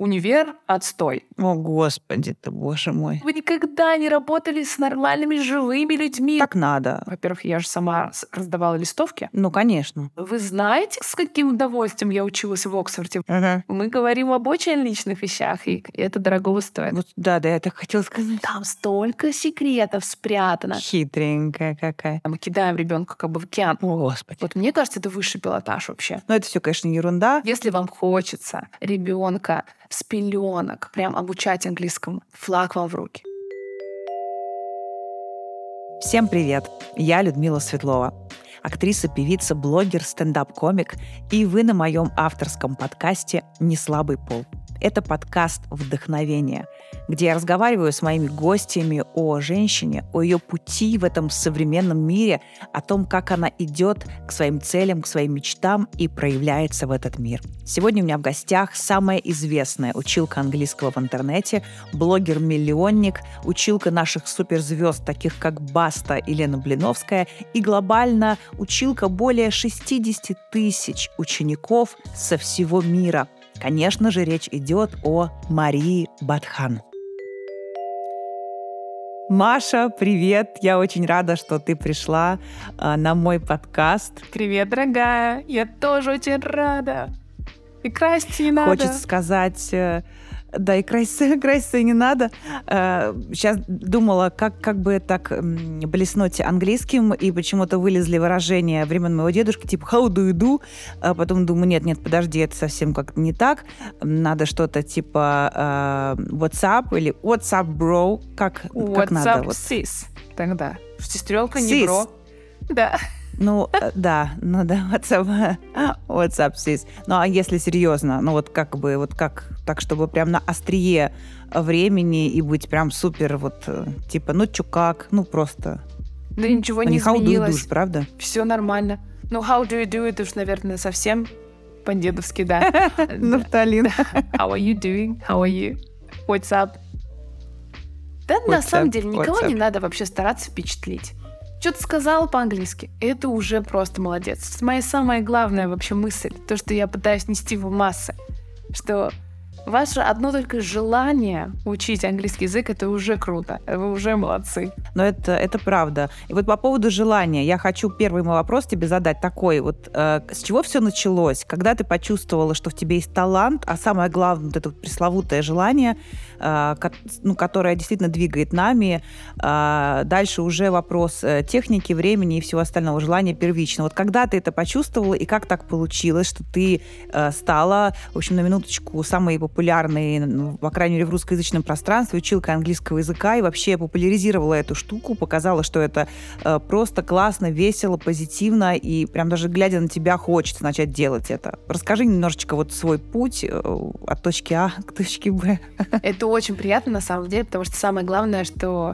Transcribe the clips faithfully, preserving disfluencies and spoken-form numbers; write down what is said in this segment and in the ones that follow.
универ — отстой. О, Господи ты, боже мой. Вы никогда не работали с нормальными живыми людьми. Так надо. Во-первых, я же сама раздавала листовки. Ну, конечно. Вы знаете, с каким удовольствием я училась в Оксфорде? Ага. Мы говорим об очень личных вещах, и это дорого стоит. Вот, да, да, я так хотела сказать. Там столько секретов спрятано. Хитренькая какая. Мы кидаем ребенка как бы в океан. О, Господи. Вот мне кажется, это высший пилотаж вообще. Ну, это все, конечно, ерунда. Если вам хочется ребенка с пеленок прям обучать английскому, флаг вам в руки. Всем привет! Я Людмила Светлова, актриса, певица, блогер, стендап-комик, и вы на моем авторском подкасте «Неслабый пол». Это подкаст «Вдохновение», где я разговариваю с моими гостями о женщине, о ее пути в этом современном мире, о том, как она идет к своим целям, к своим мечтам и проявляется в этот мир. Сегодня у меня в гостях самая известная училка английского в интернете, блогер-миллионник, училка наших суперзвезд, таких как Баста и Лена Блиновская, и глобально училка более шестьдесят тысяч учеников со всего мира. Конечно же, речь идет о Марии Батхан. Маша, привет! Я очень рада, что ты пришла э, на мой подкаст. Привет, дорогая! Я тоже очень рада! И краситься не надо. Хочется сказать... Э, да, и краситься, краситься не надо. Э, сейчас думала, как, как бы так м, блеснуть английским, и почему-то вылезли выражения времен моего дедушки, типа «how do you do?», а потом думаю, нет-нет, подожди, это совсем как-то не так. Надо что-то типа э, «what's up?» или «what's up, bro?» Как, what's как надо? Up, вот. sis? Тогда. Сестрёлка, не Sis. бро. Да. Ну, да, ну да, what's up, what's up, sis. Ну, а если серьезно, ну вот как бы, вот как, так, чтобы прям на острие времени и быть прям супер, вот, типа, ну, чё как, ну, просто. Да ничего не how изменилось. do you do, правда? Все нормально. Ну, how do you do, это уж, наверное, совсем по-дедовски, да. Нафталин. How are you doing? How are you? What's up? Да, на самом деле, никого не надо вообще стараться впечатлить. Что-то сказала по-английски, это уже просто молодец. Моя самая главная вообще мысль, то, что я пытаюсь нести в массы, что ваше одно только желание учить английский язык, это уже круто, вы уже молодцы. Но это, это правда. И вот по поводу желания, я хочу первый мой вопрос тебе задать такой. Вот э, с чего все началось? Когда ты почувствовала, что в тебе есть талант, а самое главное, вот это вот пресловутое желание, э, ко- ну, которое действительно двигает нами, э, дальше уже вопрос э, техники, времени и всего остального, желания первично. Вот когда ты это почувствовала и как так получилось, что ты э, стала, в общем, на минуточку, самой популярной, ну, по крайней мере, в русскоязычном пространстве, училкой английского языка и вообще популяризировала эту штуку, показала, что это э, просто классно, весело, позитивно, и прям даже глядя на тебя хочется начать делать это. Расскажи немножечко вот свой путь э, от точки А к точке Б. Это очень приятно, на самом деле, потому что самое главное, что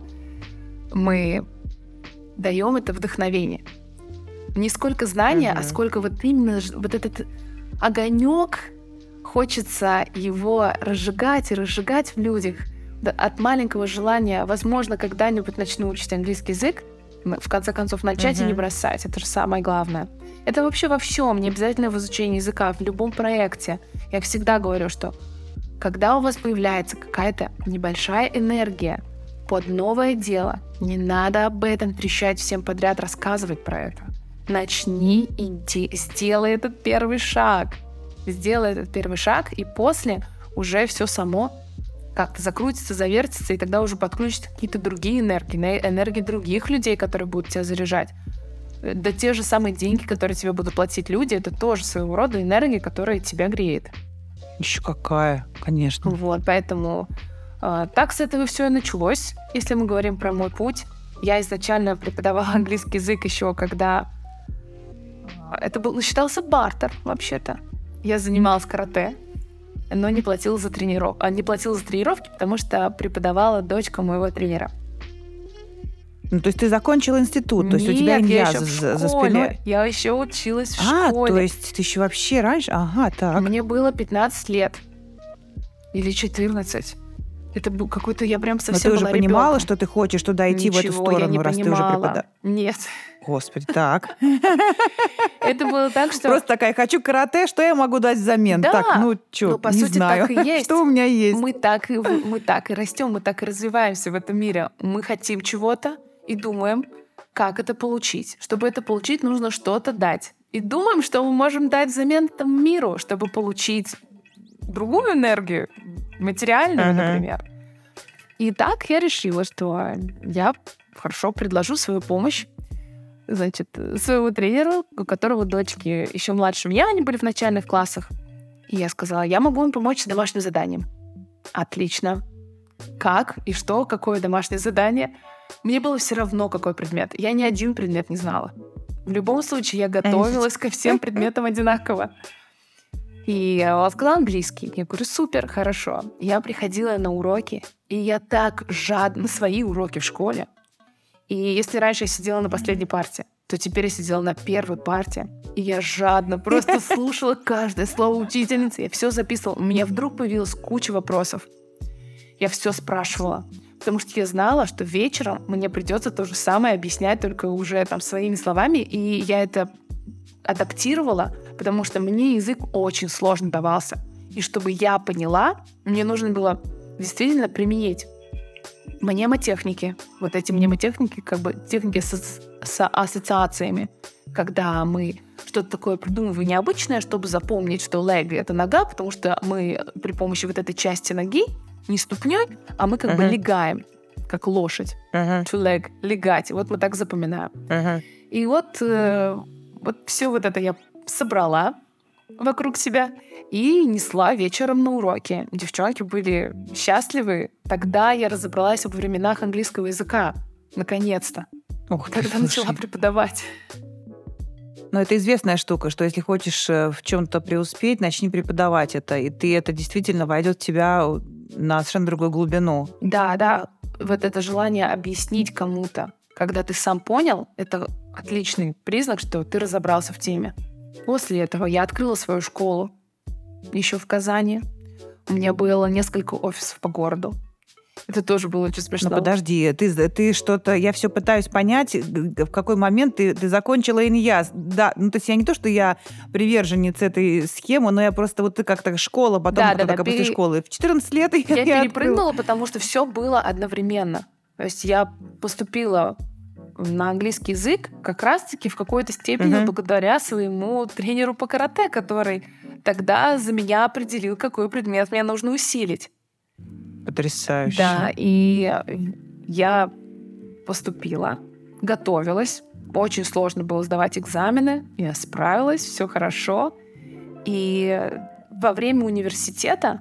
мы даем это вдохновение. Не сколько знания, mm-hmm. а сколько вот именно вот этот огонек, хочется его разжигать и разжигать в людях. От маленького желания, возможно, когда-нибудь начну учить английский язык, в конце концов, начать uh-huh. и не бросать. Это же самое главное. Это вообще во всем, не обязательно в изучении языка, в любом проекте. Я всегда говорю, что когда у вас появляется какая-то небольшая энергия под новое дело, не надо об этом трещать всем подряд, рассказывать про это. Начни и де- сделай этот первый шаг. Сделай этот первый шаг, и после уже все само как-то закрутится, завертится, и тогда уже подключатся какие-то другие энергии, энергии других людей, которые будут тебя заряжать. Да те же самые деньги, которые тебе будут платить люди, это тоже своего рода энергия, которая тебя греет. Еще какая, конечно. Вот, поэтому э, так с этого все и началось. Если мы говорим про мой путь, я изначально преподавала английский язык еще когда... Это был, считался бартер, вообще-то. Я занималась карате, но не платила за тренировки. А не платила за тренировки, потому что преподавала дочка моего тренера. Ну, то есть ты закончила институт, Нет, то есть у тебя иньяз я за, за школе. спиной? Я еще училась в а, школе. то есть ты еще вообще раньше? Ага, так. Мне было пятнадцать лет. Или четырнадцать. Это был какой-то, я прям Но совсем ты уже была понимала, ребенком. что ты хочешь туда идти, в эту Ничего я не сторону, раз ты уже понимала. препода... Нет. Господи, так. Это было так, что... Просто такая, хочу карате, что я могу дать взамен? Да. Так, ну что, Ну, по не сути, знаю. так и есть. Что у меня есть? Мы так, и, в- мы так и растем, мы так и развиваемся в этом мире. Мы хотим чего-то и думаем, как это получить. Чтобы это получить, нужно что-то дать. И думаем, что мы можем дать взамен этому миру, чтобы получить другую энергию, материальную, Ага. например. И так я решила, что я хорошо предложу свою помощь, значит, своему тренеру, у которого дочки еще младше меня, они были в начальных классах. И я сказала, я могу им помочь с домашним заданием. Отлично. Как и что, какое домашнее задание? Мне было все равно, какой предмет. Я ни один предмет не знала. В любом случае, я готовилась ко всем предметам одинаково. И он сказал английский. Я говорю, супер, хорошо. Я приходила на уроки, и я так жадно на свои уроки в школе. И если раньше я сидела на последней парте, то теперь я сидела на первой парте. И я жадно просто слушала каждое слово учительницы. Я все записывала. У меня вдруг появилась куча вопросов. Я все спрашивала. Потому что я знала, что вечером мне придется то же самое объяснять, только уже там своими словами. И я это адаптировала, потому что мне язык очень сложно давался. И чтобы я поняла, мне нужно было действительно применить мнемотехники. Вот эти мнемотехники, как бы техники с, с ассоциациями. Когда мы что-то такое придумываем необычное, чтобы запомнить, что leg — это нога, потому что мы при помощи вот этой части ноги, не ступней, а мы как Ага. бы легаем, как лошадь. Ага, To leg, легать. Вот мы так запоминаем. ага. И вот, э, вот все вот это я собрала вокруг себя и несла вечером на уроки. Девчонки были счастливы. Тогда я разобралась во временах английского языка. Наконец-то. Ух ты, Когда начала слушай. преподавать. Но это известная штука, что если хочешь э, в чем-то преуспеть, начни преподавать это, и ты это действительно войдет в тебя на совершенно другую глубину. Да, да. Вот это желание объяснить кому-то, когда ты сам понял, это отличный признак, что ты разобрался в теме. После этого я открыла свою школу еще в Казани. У меня было несколько офисов по городу. Это тоже было очень смешно. Ну подожди, ты, ты что-то, я все пытаюсь понять, в какой момент ты, ты закончила ИНЯС. Да, ну то есть я не то, что я приверженец этой схемы, но я просто вот ты как-то школа, потом Да, кто да, да, после пере- школы. В четырнадцать лет я, Я я перепрыгнула, потому что все было одновременно. То есть я поступила на английский язык как раз-таки в какой-то степени Мгм. благодаря своему тренеру по карате, который тогда за меня определил, какой предмет мне нужно усилить. Потрясающе. Да, и я поступила, готовилась. Очень сложно было сдавать экзамены. Я справилась, все хорошо. И во время университета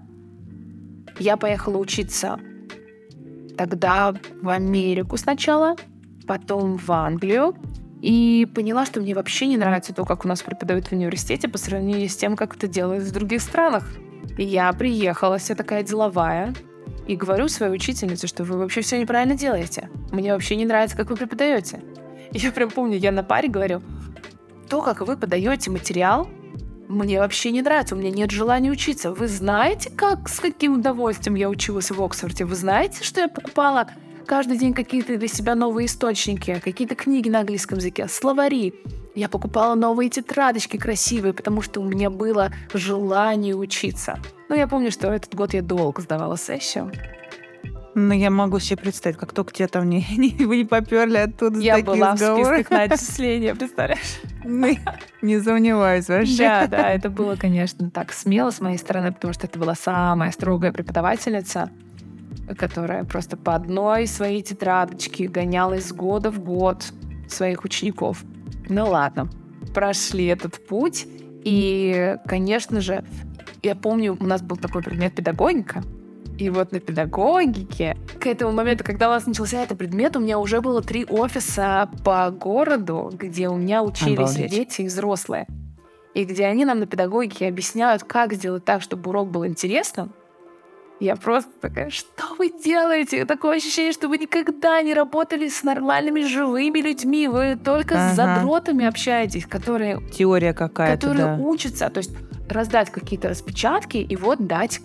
я поехала учиться тогда в Америку сначала, потом в Англию. И поняла, что мне вообще не нравится то, как у нас преподают в университете по сравнению с тем, как это делают в других странах. И я приехала, вся такая деловая, и говорю своей учительнице, что вы вообще все неправильно делаете. Мне вообще не нравится, как вы преподаете. И я прям помню, я на паре говорю, то, как вы подаете материал, мне вообще не нравится, у меня нет желания учиться. Вы знаете, как, с каким удовольствием я училась в Оксфорде? Вы знаете, что я покупала каждый день какие-то для себя новые источники, какие-то книги на английском языке, словари. Я покупала новые тетрадочки красивые, потому что у меня было желание учиться. Но я помню, что этот год я долго сдавала сессию. Ну, я могу себе представить, как только тебя там не, не, вы не поперли оттуда Я с таких была в сговоров. списках на отчисления, представляешь? Ну, не сомневаюсь вообще. Да, да, это было, конечно, так смело с моей стороны, потому что это была самая строгая преподавательница, которая просто по одной своей тетрадочке гоняла из года в год своих учеников. Ну ладно, прошли этот путь. И, конечно же, я помню, у нас был такой предмет педагогика. И вот на педагогике, к этому моменту, когда у нас начался этот предмет, у меня уже было три офиса по городу, где у меня учились Обалдеть. дети и взрослые. И где они нам на педагогике объясняют, как сделать так, чтобы урок был интересным. Я просто такая, что вы делаете? Такое ощущение, что вы никогда не работали с нормальными живыми людьми. Вы только с Ага. задротами общаетесь, которые, Теория какая-то, которые да. учатся. То есть раздать какие-то распечатки и вот дать вот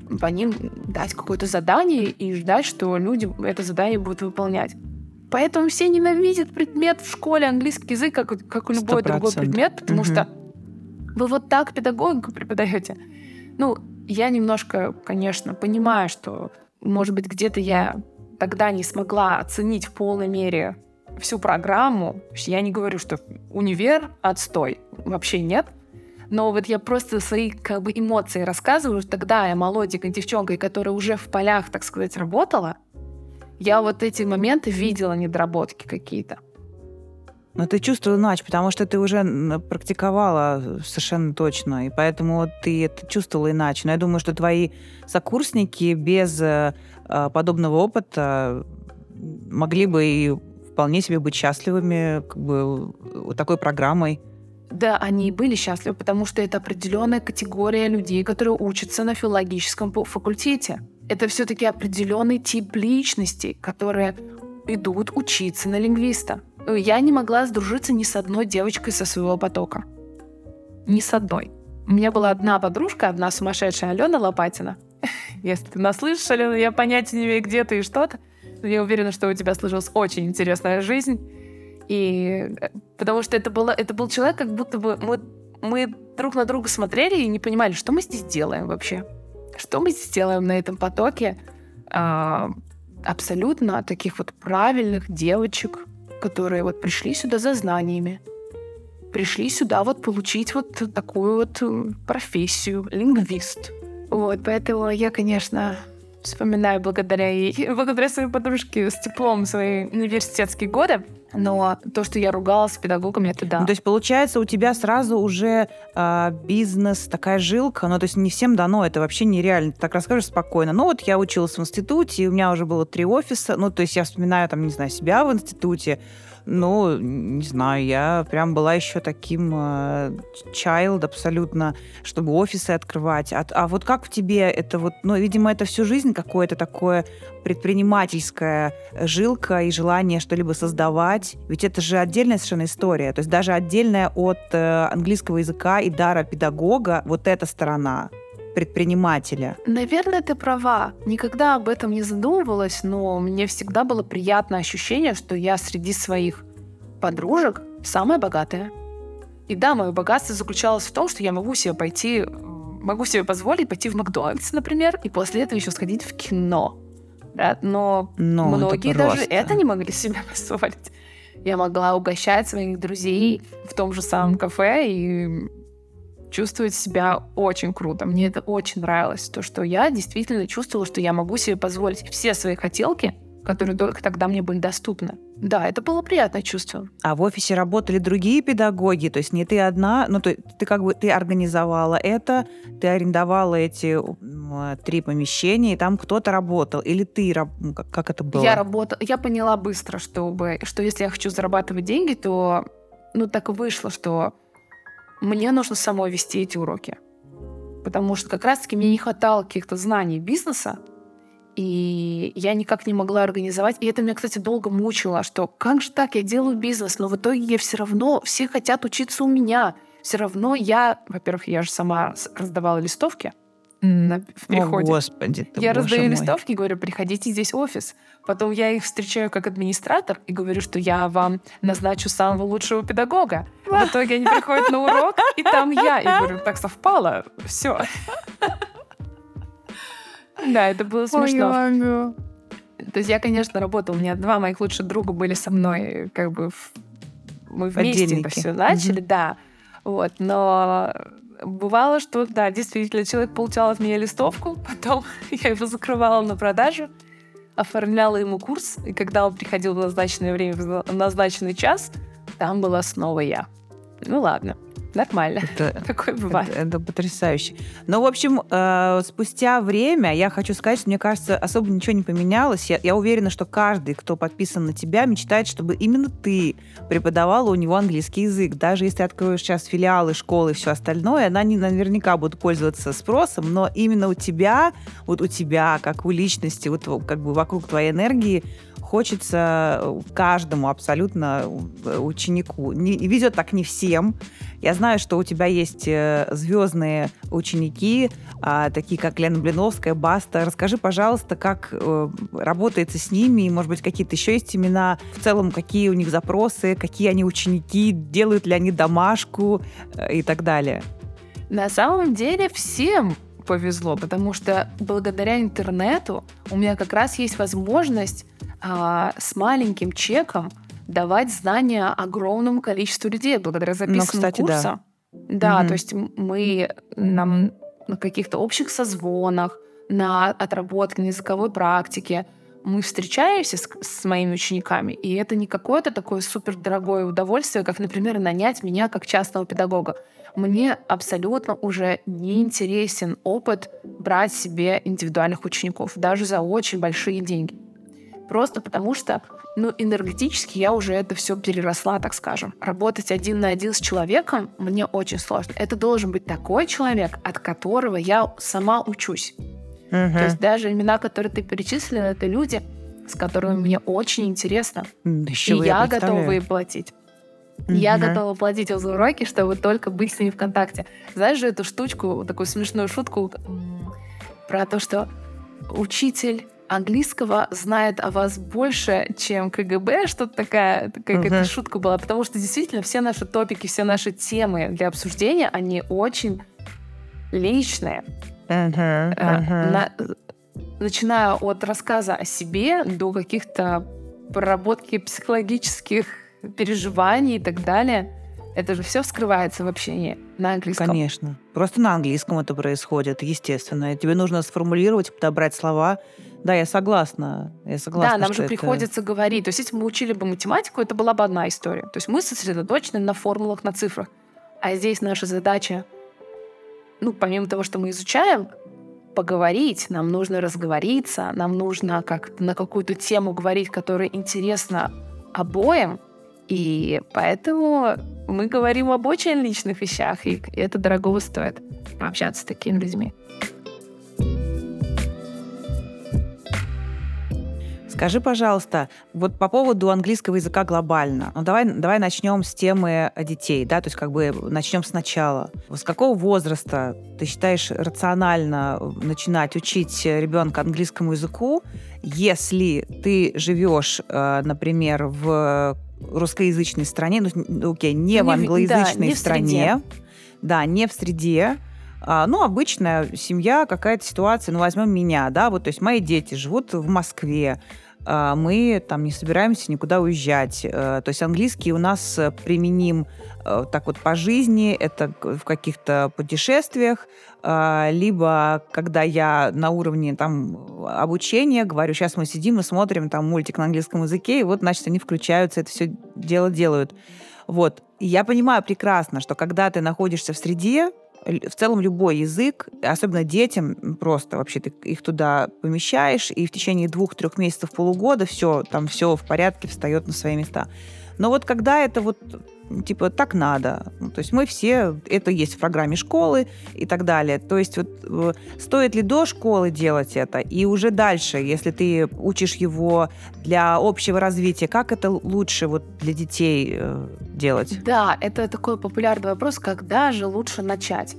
по ним дать какое-то задание и ждать, что люди это задание будут выполнять. Поэтому все ненавидят предмет в школе английский язык, как, как и любой другой предмет, потому угу. что вы вот так педагогику преподаете. Ну, я немножко, конечно, понимаю, что, может быть, где-то я тогда не смогла оценить в полной мере всю программу. Я не говорю, что универ отстой. Вообще нет. Но вот я просто свои как бы эмоции рассказываю. Тогда я молоденькой девчонкой, которая уже в полях, так сказать, работала, я вот эти моменты видела, недоработки какие-то. Но ты чувствовала иначе, потому что ты уже практиковала совершенно точно, и поэтому ты это чувствовала иначе. Но я думаю, что твои сокурсники без э, подобного опыта могли бы и вполне себе быть счастливыми как бы, такой программой. Да, они и были счастливы, потому что это определенная категория людей, которые учатся на филологическом факультете. Это все-таки определенный тип личностей, которые идут учиться на лингвиста. Я не могла сдружиться ни с одной девочкой со своего потока. Ни с одной. У меня была одна подружка, одна сумасшедшая, Алена Лопатина. Если ты нас слышишь, Алена, я понятия не имею, где ты и что-то. Но я уверена, что у тебя сложилась очень интересная жизнь. И потому что это, было, это был человек, как будто бы мы, мы друг на друга смотрели и не понимали, что мы здесь делаем вообще. Что мы здесь делаем на этом потоке а, абсолютно таких вот правильных девочек, которые вот пришли сюда за знаниями, пришли сюда вот получить вот такую вот профессию, лингвист. Вот, поэтому я, конечно, вспоминаю благодаря ей, благодаря своей подружке с теплом свои университетские годы. Но то, что я ругалась с педагогами, это да. Ну, то есть, получается, у тебя сразу уже э, бизнес, такая жилка, ну, то есть не всем дано, это вообще нереально. Ты так расскажешь спокойно. Ну, вот я училась в институте, и у меня уже было три офиса, ну, то есть я вспоминаю, там, не знаю, себя в институте, ну, не знаю, я прям была еще таким э, child абсолютно, чтобы офисы открывать. А, а вот как в тебе это вот, ну, видимо, это всю жизнь какое-то такое предпринимательская жилка и желание что-либо создавать. Ведь это же отдельная совершенно история. То есть даже отдельная от э, английского языка и дара педагога вот эта сторона предпринимателя. Наверное, ты права. Никогда об этом не задумывалась, но мне всегда было приятное ощущение, что я среди своих подружек самая богатая. И да, мое богатство заключалось в том, что я могу себе пойти, могу себе позволить пойти в Макдональдс, например, и после этого еще сходить в кино. Да? Но, но многие это даже это не могли себе позволить. Я могла угощать своих друзей в том же самом кафе и чувствовать себя очень круто. Мне это очень нравилось. То, что я действительно чувствовала, что я могу себе позволить все свои хотелки, которые только тогда мне были доступны. Да, это было приятное чувство. А в офисе работали другие педагоги? То есть не ты одна? Ну, то ты как бы ты организовала это, ты арендовала эти э, три помещения, и там кто-то работал? Или ты? Как, как это было? Я работала. Я поняла быстро, чтобы, что если я хочу зарабатывать деньги, то ну, так и вышло, что мне нужно самой вести эти уроки. Потому что как раз-таки мне не хватало каких-то знаний бизнеса, и я никак не могла организовать. И это меня, кстати, долго мучило, что как же так, я делаю бизнес, но в итоге я все равно, все хотят учиться у меня. Все равно я, во-первых, я же сама раздавала листовки на, в приходе. О, Господи, ты, я боже раздаю мой. листовки, говорю, приходите здесь в офис. Потом я их встречаю как администратор и говорю, что я вам назначу самого лучшего педагога. В итоге они приходят на урок, и там я. И говорю, так совпало, все. Да, это было смешно. То есть я, конечно, работала. У меня два моих лучших друга были со мной, как бы мы вместе это все начали, да. Вот, но бывало, что, да, действительно, человек получал от меня листовку, потом я его закрывала на продажу, оформляла ему курс, и когда он приходил в назначенное время, в назначенный час, там была снова я. Ну ладно, нормально. Это, такое бывает. Это, это потрясающе. Ну, в общем, э, спустя время, я хочу сказать, что, мне кажется, особо ничего не поменялось. Я, я уверена, что каждый, кто подписан на тебя, мечтает, чтобы именно ты преподавала у него английский язык. Даже если откроешь сейчас филиалы, школы и все остальное, она не, наверняка будут пользоваться спросом, но именно у тебя, вот у тебя, как у личности, вот как бы вокруг твоей энергии, хочется каждому абсолютно ученику. Не, везет так не всем. Я знаю, что у тебя есть звездные ученики, такие как Лена Блиновская, Баста. Расскажи, пожалуйста, как работается с ними, и, может быть, какие-то еще есть имена, в целом, какие у них запросы, какие они ученики, делают ли они домашку и так далее. На самом деле всем повезло, потому что благодаря интернету у меня как раз есть возможность а, с маленьким чеком давать знания огромному количеству людей благодаря записанным ну, кстати, курсам. Да, да угу. То есть мы нам на каких-то общих созвонах, на отработке, на языковой практике мы встречаемся с, с моими учениками, и это не какое-то такое супердорогое удовольствие, как, например, нанять меня как частного педагога. Мне абсолютно уже не интересен опыт брать себе индивидуальных учеников, даже за очень большие деньги. Просто потому что, ну, энергетически я уже это все переросла, так скажем. Работать один на один с человеком мне очень сложно. Это должен быть такой человек, от которого я сама учусь. Uh-huh. То есть даже имена, которые ты перечислила, это люди, с которыми мне очень интересно. Еще и я, я готова им платить. Uh-huh. Я готова платить за уроки, чтобы только быть с ними в контакте. Знаешь же эту штучку, такую смешную шутку про то, что учитель английского знает о вас больше, чем ка гэ бэ, что-то такая, такая uh-huh. какая-то шутка была. Потому что действительно все наши топики, все наши темы для обсуждения, они очень личные. Uh-huh. Uh-huh. На, начиная от рассказа о себе до каких-то проработки психологических переживаний и так далее. Это же все вскрывается в общении на английском. Конечно. Просто на английском это происходит, естественно. Тебе нужно сформулировать, подобрать слова. Да, я согласна. Я согласна, да, нам же это... приходится говорить. То есть если мы учили бы математику, это была бы одна история. То есть мы сосредоточены на формулах, на цифрах. А здесь наша задача, ну, помимо того, что мы изучаем, поговорить, нам нужно разговориться, нам нужно как-то на какую-то тему говорить, которая интересна обоим. И поэтому мы говорим об очень личных вещах, и это дорого стоит пообщаться с такими людьми. Скажи, пожалуйста, вот по поводу английского языка глобально. Ну, давай, давай начнем с темы детей, да, то есть как бы начнем сначала. С какого возраста ты считаешь рационально начинать учить ребенка английскому языку, если ты живешь, например, в русскоязычной стране, ну, окей, не, не в англоязычной да, не стране, в да, не в среде, а, ну, обычная семья, какая-то ситуация, ну, возьмем меня, да, вот, то есть мои дети живут в Москве, а, мы там не собираемся никуда уезжать, а, то есть английский у нас применим а, так вот по жизни, это в каких-то путешествиях, а, либо когда я на уровне там обучения говорю, сейчас мы сидим и смотрим там мультик на английском языке, и вот, значит, они включаются, это все дело делают. Вот. И я понимаю прекрасно, что когда ты находишься в среде, в целом любой язык, особенно детям, просто вообще ты их туда помещаешь, и в течение двух-трех месяцев, полугода все, там все в порядке, встает на свои места. Но вот когда это вот типа так надо, ну, то есть мы все, это есть в программе школы и так далее, то есть вот стоит ли до школы делать это, и уже дальше, если ты учишь его для общего развития, как это лучше вот для детей э, делать? Да, это такой популярный вопрос, когда же лучше начать.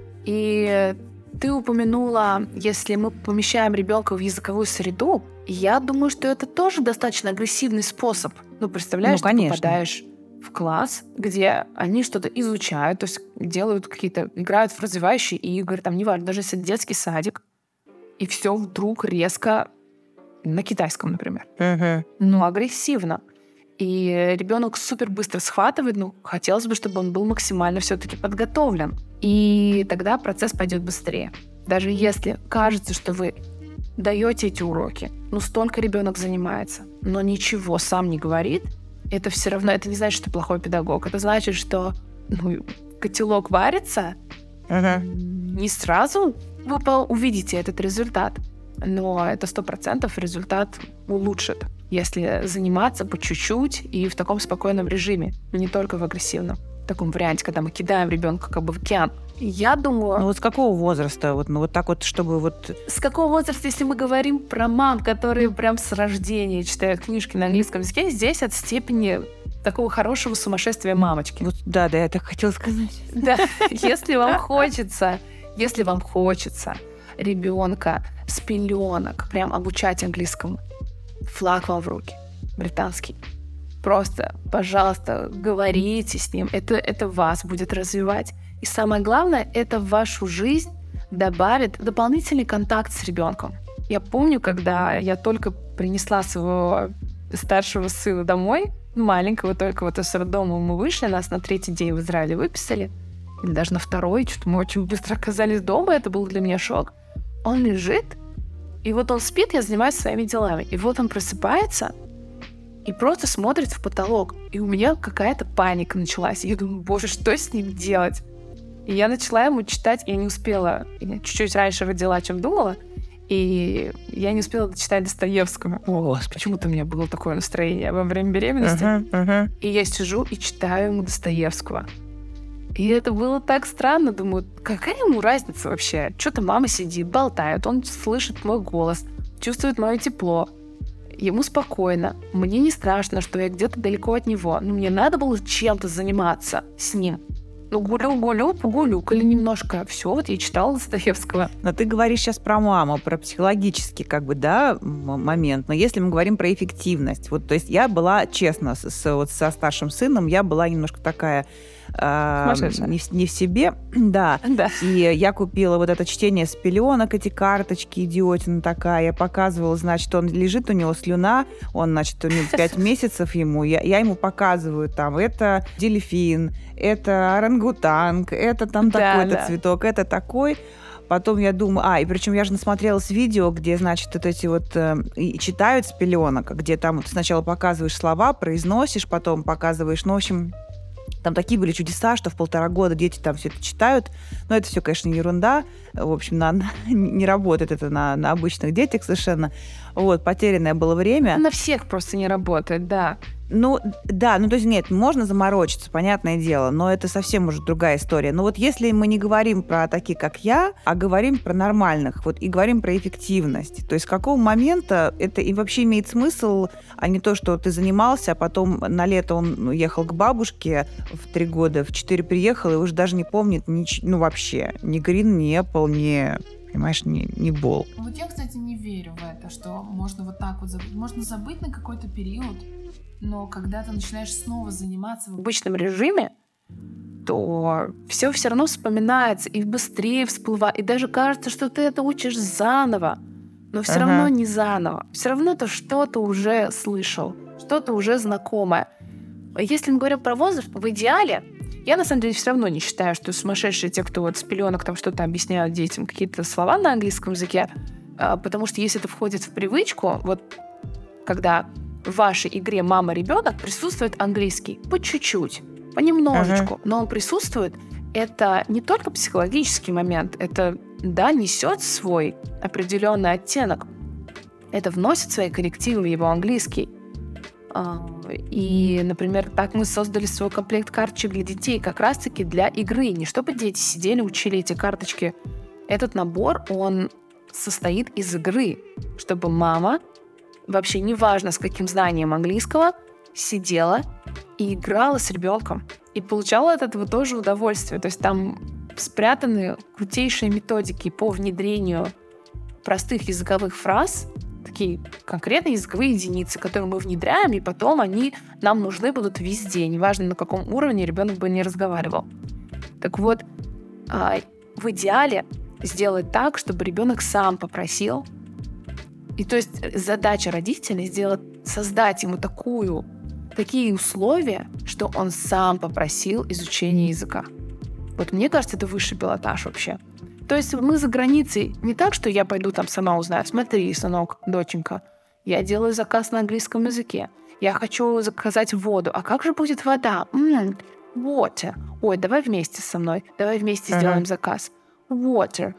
И ты упомянула, если мы помещаем ребенка в языковую среду, я думаю, что это тоже достаточно агрессивный способ. Ну, представляешь, ну, ты попадаешь в класс, где они что-то изучают, то есть делают какие-то, играют в развивающие игры, там, неважно, даже если это детский садик, и все вдруг резко на китайском, например. Uh-huh. Ну, агрессивно. И ребенок супер быстро схватывает, ну, хотелось бы, чтобы он был максимально все-таки подготовлен. И тогда процесс пойдет быстрее. Даже если кажется, что вы даете эти уроки, ну, столько ребенок занимается, но ничего сам не говорит, это все равно, это не значит, что ты плохой педагог. Это значит, что ну, котелок варится, uh-huh. не сразу вы увидите этот результат, но это сто процентов результат улучшит, если заниматься по чуть-чуть и в таком спокойном режиме, не только в агрессивном. в таком варианте, когда мы кидаем ребенка как бы в океан. Я думаю... Ну вот с какого возраста? Вот, ну вот так вот, чтобы вот... С какого возраста, если мы говорим про мам, которые прям с рождения читают книжки на английском языке, здесь от степени такого хорошего сумасшествия мамочки. Вот, да, да, я так хотела сказать. Да, если вам хочется, если вам хочется ребенка с пеленок прям обучать английскому, флаг вам в руки, британский. Просто, пожалуйста, говорите с ним. Это, это вас будет развивать. И самое главное, это в вашу жизнь добавит дополнительный контакт с ребенком. Я помню, когда я только принесла своего старшего сына домой, маленького, только вот из роддома мы вышли, нас на третий день в Израиле выписали, или даже на второй, что-то мы очень быстро оказались дома, это был для меня шок. Он лежит, и вот он спит, я занимаюсь своими делами. И вот он просыпается и просто смотрит в потолок. И у меня какая-то паника началась. Я думаю, боже, что с ним делать? И я начала ему читать, я не успела, я чуть-чуть раньше родила, чем думала, и я не успела дочитать Достоевского. О, почему-то у меня было такое настроение во время беременности. Uh-huh, uh-huh. И я сижу и читаю ему Достоевского. И это было так странно. Думаю, какая ему разница вообще? Что-то мама сидит, болтает, он слышит мой голос, чувствует мое тепло. Ему спокойно. Мне не страшно, что я где-то далеко от него. Но мне надо было чем-то заниматься с ним. Ну, гулю-гулю, погулюкали немножко. Все, вот я читала Достоевского. Но ты говоришь сейчас про маму, про психологический, как бы, да, момент. Но если мы говорим про эффективность, вот, то есть я была, честно, с, с, вот со старшим сыном, я была немножко такая э, не, не в себе, да. да. И я купила вот это чтение с пеленок, эти карточки, идиотина такая. Я показывала, значит, он лежит, у него слюна, он, значит, у него пять месяцев ему, я, я ему показываю там, это дельфин, это орангутанг, это там да, такой-то да. цветок, это такой. Потом я думаю, а, и причем я же насмотрелась видео, где, значит, вот эти вот э, читают с пеленок, где там вот сначала показываешь слова, произносишь, потом показываешь, ну, в общем, там такие были чудеса, что в полтора года дети там все это читают. Но это все, конечно, ерунда. В общем, на, на, не работает это на, на обычных детях совершенно. Вот, потерянное было время. На всех просто не работает, да. Ну, да, ну, то есть, нет, можно заморочиться, понятное дело, но это совсем уже другая история. Но вот если мы не говорим про таких, как я, а говорим про нормальных, вот, и говорим про эффективность, то есть с какого момента это и вообще имеет смысл, а не то, что ты занимался, а потом на лето он ехал к бабушке в три года, в четыре приехал, и уже даже не помнит, ни, ну, вообще, ни Green, ни Apple, ни... Понимаешь, не, не бол. Вот я, кстати, не верю в это, что можно вот так вот забыть. Можно забыть на какой-то период, но когда ты начинаешь снова заниматься в обычном режиме, то все все равно вспоминается и быстрее всплывает. И даже кажется, что ты это учишь заново, но все ага. равно не заново. Все равно ты что-то уже слышал, что-то уже знакомое. Если мы говорим про возраст, в идеале, я, на самом деле, все равно не считаю, что сумасшедшие те, кто вот с пеленок там что-то объясняют детям, какие-то слова на английском языке, потому что если это входит в привычку, вот когда в вашей игре мама-ребенок присутствует английский по чуть-чуть, понемножечку, ага. но он присутствует, это не только психологический момент, это, да, несет свой определенный оттенок, это вносит свои коррективы в его английский. И, например, так мы создали свой комплект карточек для детей как раз-таки для игры. Не чтобы дети сидели, учили эти карточки. Этот набор, он состоит из игры, чтобы мама, вообще неважно с каким знанием английского, сидела и играла с ребенком. И получала от этого тоже удовольствие. То есть там спрятаны крутейшие методики по внедрению простых языковых фраз, такие конкретные языковые единицы, которые мы внедряем, и потом они нам нужны будут везде, неважно, на каком уровне ребенок бы не разговаривал. Так вот, в идеале сделать так, чтобы ребенок сам попросил. И то есть задача родителей сделать, создать ему такую, такие условия, что он сам попросил изучения языка. Вот мне кажется, это высший пилотаж вообще. То есть мы за границей не так, что я пойду там сама узнаю. Смотри, сынок, доченька, я делаю заказ на английском языке. Я хочу заказать воду. А как же будет вода? М-м, water. Ой, давай вместе со мной. Давай вместе uh-huh. сделаем заказ. Water.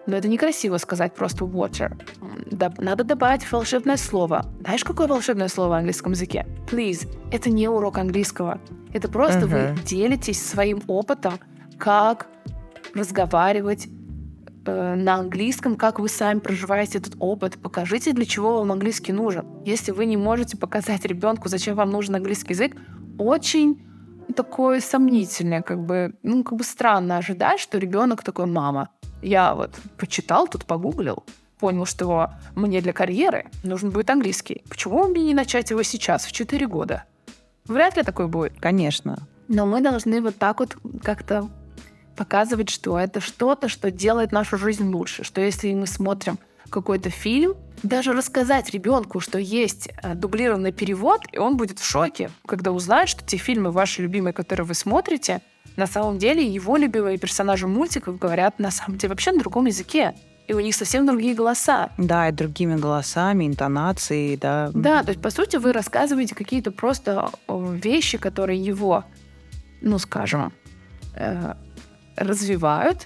Но это некрасиво сказать просто water. Да, надо добавить волшебное слово. Знаешь, какое волшебное слово в английском языке? Please. Это не урок английского. Это просто uh-huh. вы делитесь своим опытом, как разговаривать э, на английском, как вы сами проживаете этот опыт. Покажите, для чего вам английский нужен. Если вы не можете показать ребенку, зачем вам нужен английский язык, очень такое сомнительное, как бы, ну, как бы странно ожидать, что ребенок такой: мама, я вот почитал, тут погуглил, понял, что мне для карьеры нужен будет английский. Почему мне не начать его сейчас, в четыре года? Вряд ли такое будет. Конечно. Но мы должны вот так вот как-то показывать, что это что-то, что делает нашу жизнь лучше. Что если мы смотрим какой-то фильм, даже рассказать ребенку, что есть дублированный перевод, и он будет в шоке, когда узнает, что те фильмы ваши любимые, которые вы смотрите, на самом деле его любимые персонажи мультиков говорят на самом деле вообще на другом языке. И у них совсем другие голоса. Да, и другими голосами, интонацией, да. Да, то есть, по сути, вы рассказываете какие-то просто вещи, которые его, ну, скажем, э, развивают.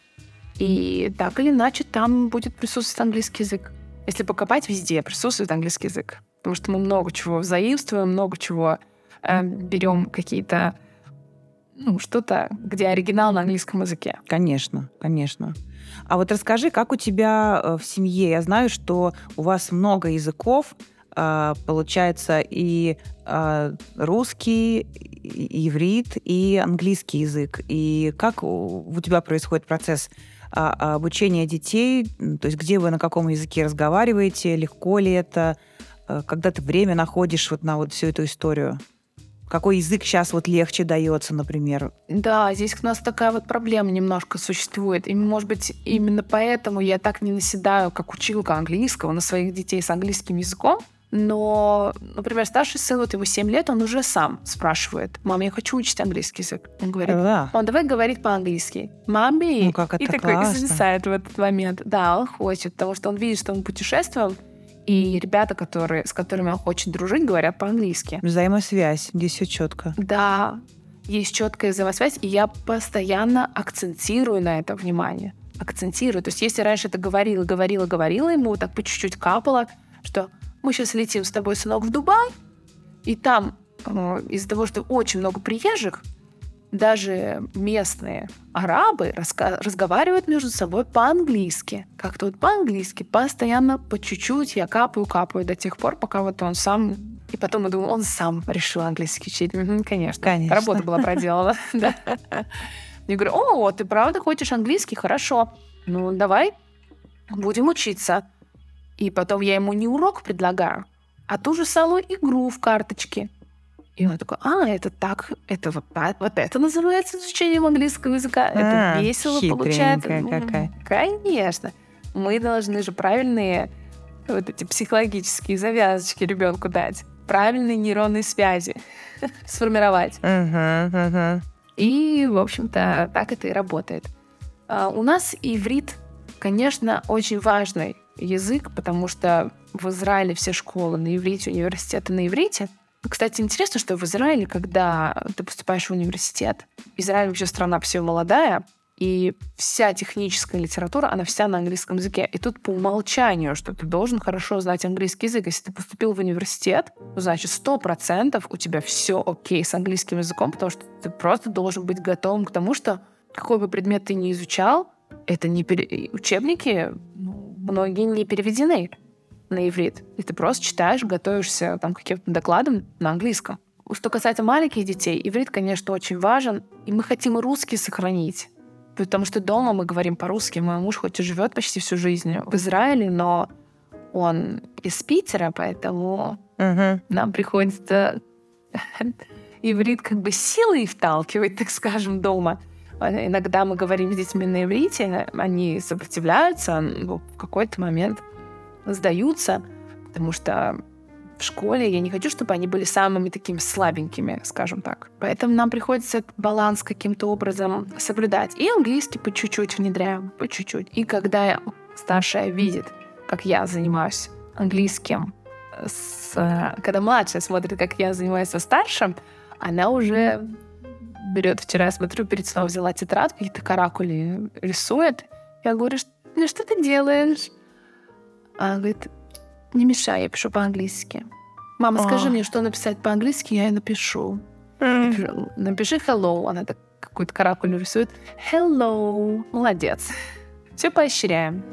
И так или иначе там будет присутствовать английский язык. Если покопать, везде присутствует английский язык. Потому что мы много чего заимствуем, много чего э, берем какие-то, ну, что-то, где оригинал на английском языке. Конечно, конечно. А вот расскажи, как у тебя в семье? Я знаю, что у вас много языков, получается, и русский, и иврит, и английский язык. И как у тебя происходит процесс обучения детей? То есть где вы на каком языке разговариваете? Легко ли это? Когда ты время находишь вот на вот всю эту историю? Какой язык сейчас вот легче дается, например? Да, здесь у нас такая вот проблема немножко существует. И, может быть, именно поэтому я так не наседаю, как училка английского, на своих детей с английским языком. Но, например, старший сын, вот ему семь лет, он уже сам спрашивает: «Мам, я хочу учить английский язык». Он говорит: да. «Мам, давай говорить по-английски». «Мами!» Ну, как это и такой классно. зависает в этот момент. Да, он хочет, потому что он видит, что мы путешествуем, и ребята, которые, с которыми он хочет дружить, говорят по-английски. Взаимосвязь, здесь все четко. Да, есть четкая взаимосвязь, и я постоянно акцентирую на это внимание. Акцентирую. То есть если раньше это говорила, говорила, говорила ему, вот так по чуть-чуть капало, что мы сейчас летим с тобой, сынок, в Дубай, и там э, из-за того, что очень много приезжих, даже местные арабы раска- разговаривают между собой по-английски. Как-то вот по-английски, постоянно, по чуть-чуть я капаю-капаю до тех пор, пока вот он сам... И потом я думаю, он сам решил английский учить. Угу, конечно. Конечно. Работа была проделана. Я говорю: «О, ты правда хочешь английский? Хорошо. Ну, давай будем учиться». И потом я ему не урок предлагаю, а ту же самую игру в карточки. И он такой: а, это так, это вот, вот это называется изучением английского языка. Это а, весело получается. Какая. Конечно. Мы должны же правильные вот эти психологические завязочки ребенку дать, правильные нейронные связи сформировать. Uh-huh, uh-huh. И, в общем-то, так это и работает. А у нас иврит, конечно, очень важный язык, потому что в Израиле все школы на иврите, университеты на иврите. Кстати, интересно, что в Израиле, когда ты поступаешь в университет, Израиль вообще страна все молодая, и вся техническая литература, она вся на английском языке. И тут по умолчанию, что ты должен хорошо знать английский язык. Если ты поступил в университет, то значит сто процентов у тебя все окей с английским языком, потому что ты просто должен быть готовым к тому, что какой бы предмет ты ни изучал, это не пере... учебники, ну, многие не переведены на иврит. И ты просто читаешь, готовишься там, к каким-то докладам на английском. Что касается маленьких детей, иврит, конечно, очень важен. И мы хотим и русский сохранить. Потому что дома мы говорим по-русски. Мой муж хоть и живет почти всю жизнь в Израиле, но он из Питера, поэтому uh-huh. нам приходится иврит как бы силой вталкивать, так скажем, дома. Иногда мы говорим с детьми на иврите, они сопротивляются, но в какой-то момент сдаются, потому что в школе я не хочу, чтобы они были самыми такими слабенькими, скажем так. Поэтому нам приходится этот баланс каким-то образом соблюдать. И английский по чуть-чуть внедряем, по чуть-чуть. И когда старшая видит, как я занимаюсь английским, с... когда младшая смотрит, как я занимаюсь со старшим, она уже берет, вчера я смотрю, перед сном взяла тетрадку, какие-то каракули рисует. Я говорю: ну что ты делаешь? Она говорит, не мешай, я пишу по-английски. Мама, скажи А. мне, что написать по-английски, я и напишу. Я пишу, напиши hello. Она так какую-то каракулю рисует. Hello. Молодец. Все поощряем.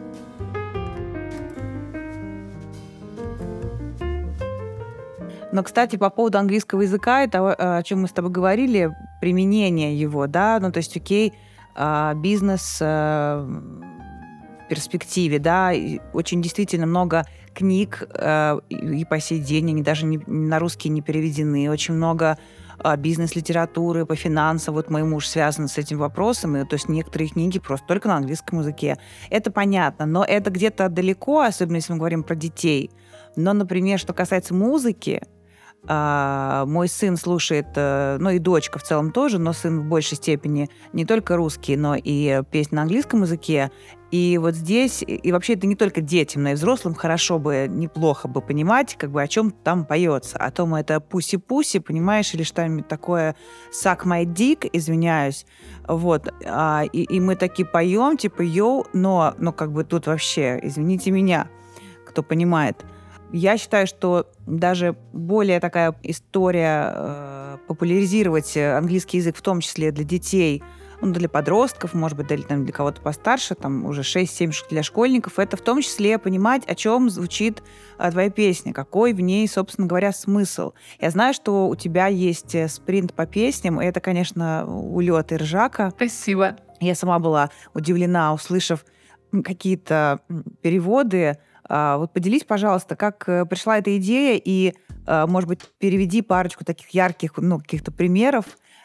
Но, кстати, по поводу английского языка, это о чем мы с тобой говорили, применение его, да, ну, то есть, окей, а, бизнес а, в перспективе, да, и очень действительно много книг а, и, и по сей день, они даже не, на русский не переведены, очень много а, бизнес-литературы по финансам, вот мой муж связан с этим вопросом, и, то есть некоторые книги просто только на английском языке. Это понятно, но это где-то далеко, особенно если мы говорим про детей. Но, например, что касается музыки, а, мой сын слушает, э, ну и дочка в целом тоже, но сын в большей степени не только русский, но и песни на английском языке. И вот здесь, и и вообще это не только детям, но и взрослым хорошо бы, неплохо бы понимать, как бы о чем там поется. О том, это пуси-пуси, понимаешь, или что-нибудь такое suck my dick, извиняюсь. Вот. А, и, и мы такие поем, типа йоу, но, но как бы тут вообще, извините меня, кто понимает. Я считаю, что даже более такая история э, популяризировать английский язык, в том числе для детей, ну, для подростков, может быть, для, там, для кого-то постарше, там уже шесть-семь для школьников, это в том числе понимать, о чем звучит э, твоя песня, какой в ней, собственно говоря, смысл. Я знаю, что у тебя есть спринт по песням, и это, конечно, улет и ржака. Спасибо. Я сама была удивлена, услышав какие-то переводы. Вот поделись, пожалуйста, как пришла эта идея, и, может быть, переведи парочку таких ярких, ну, каких-то примеров,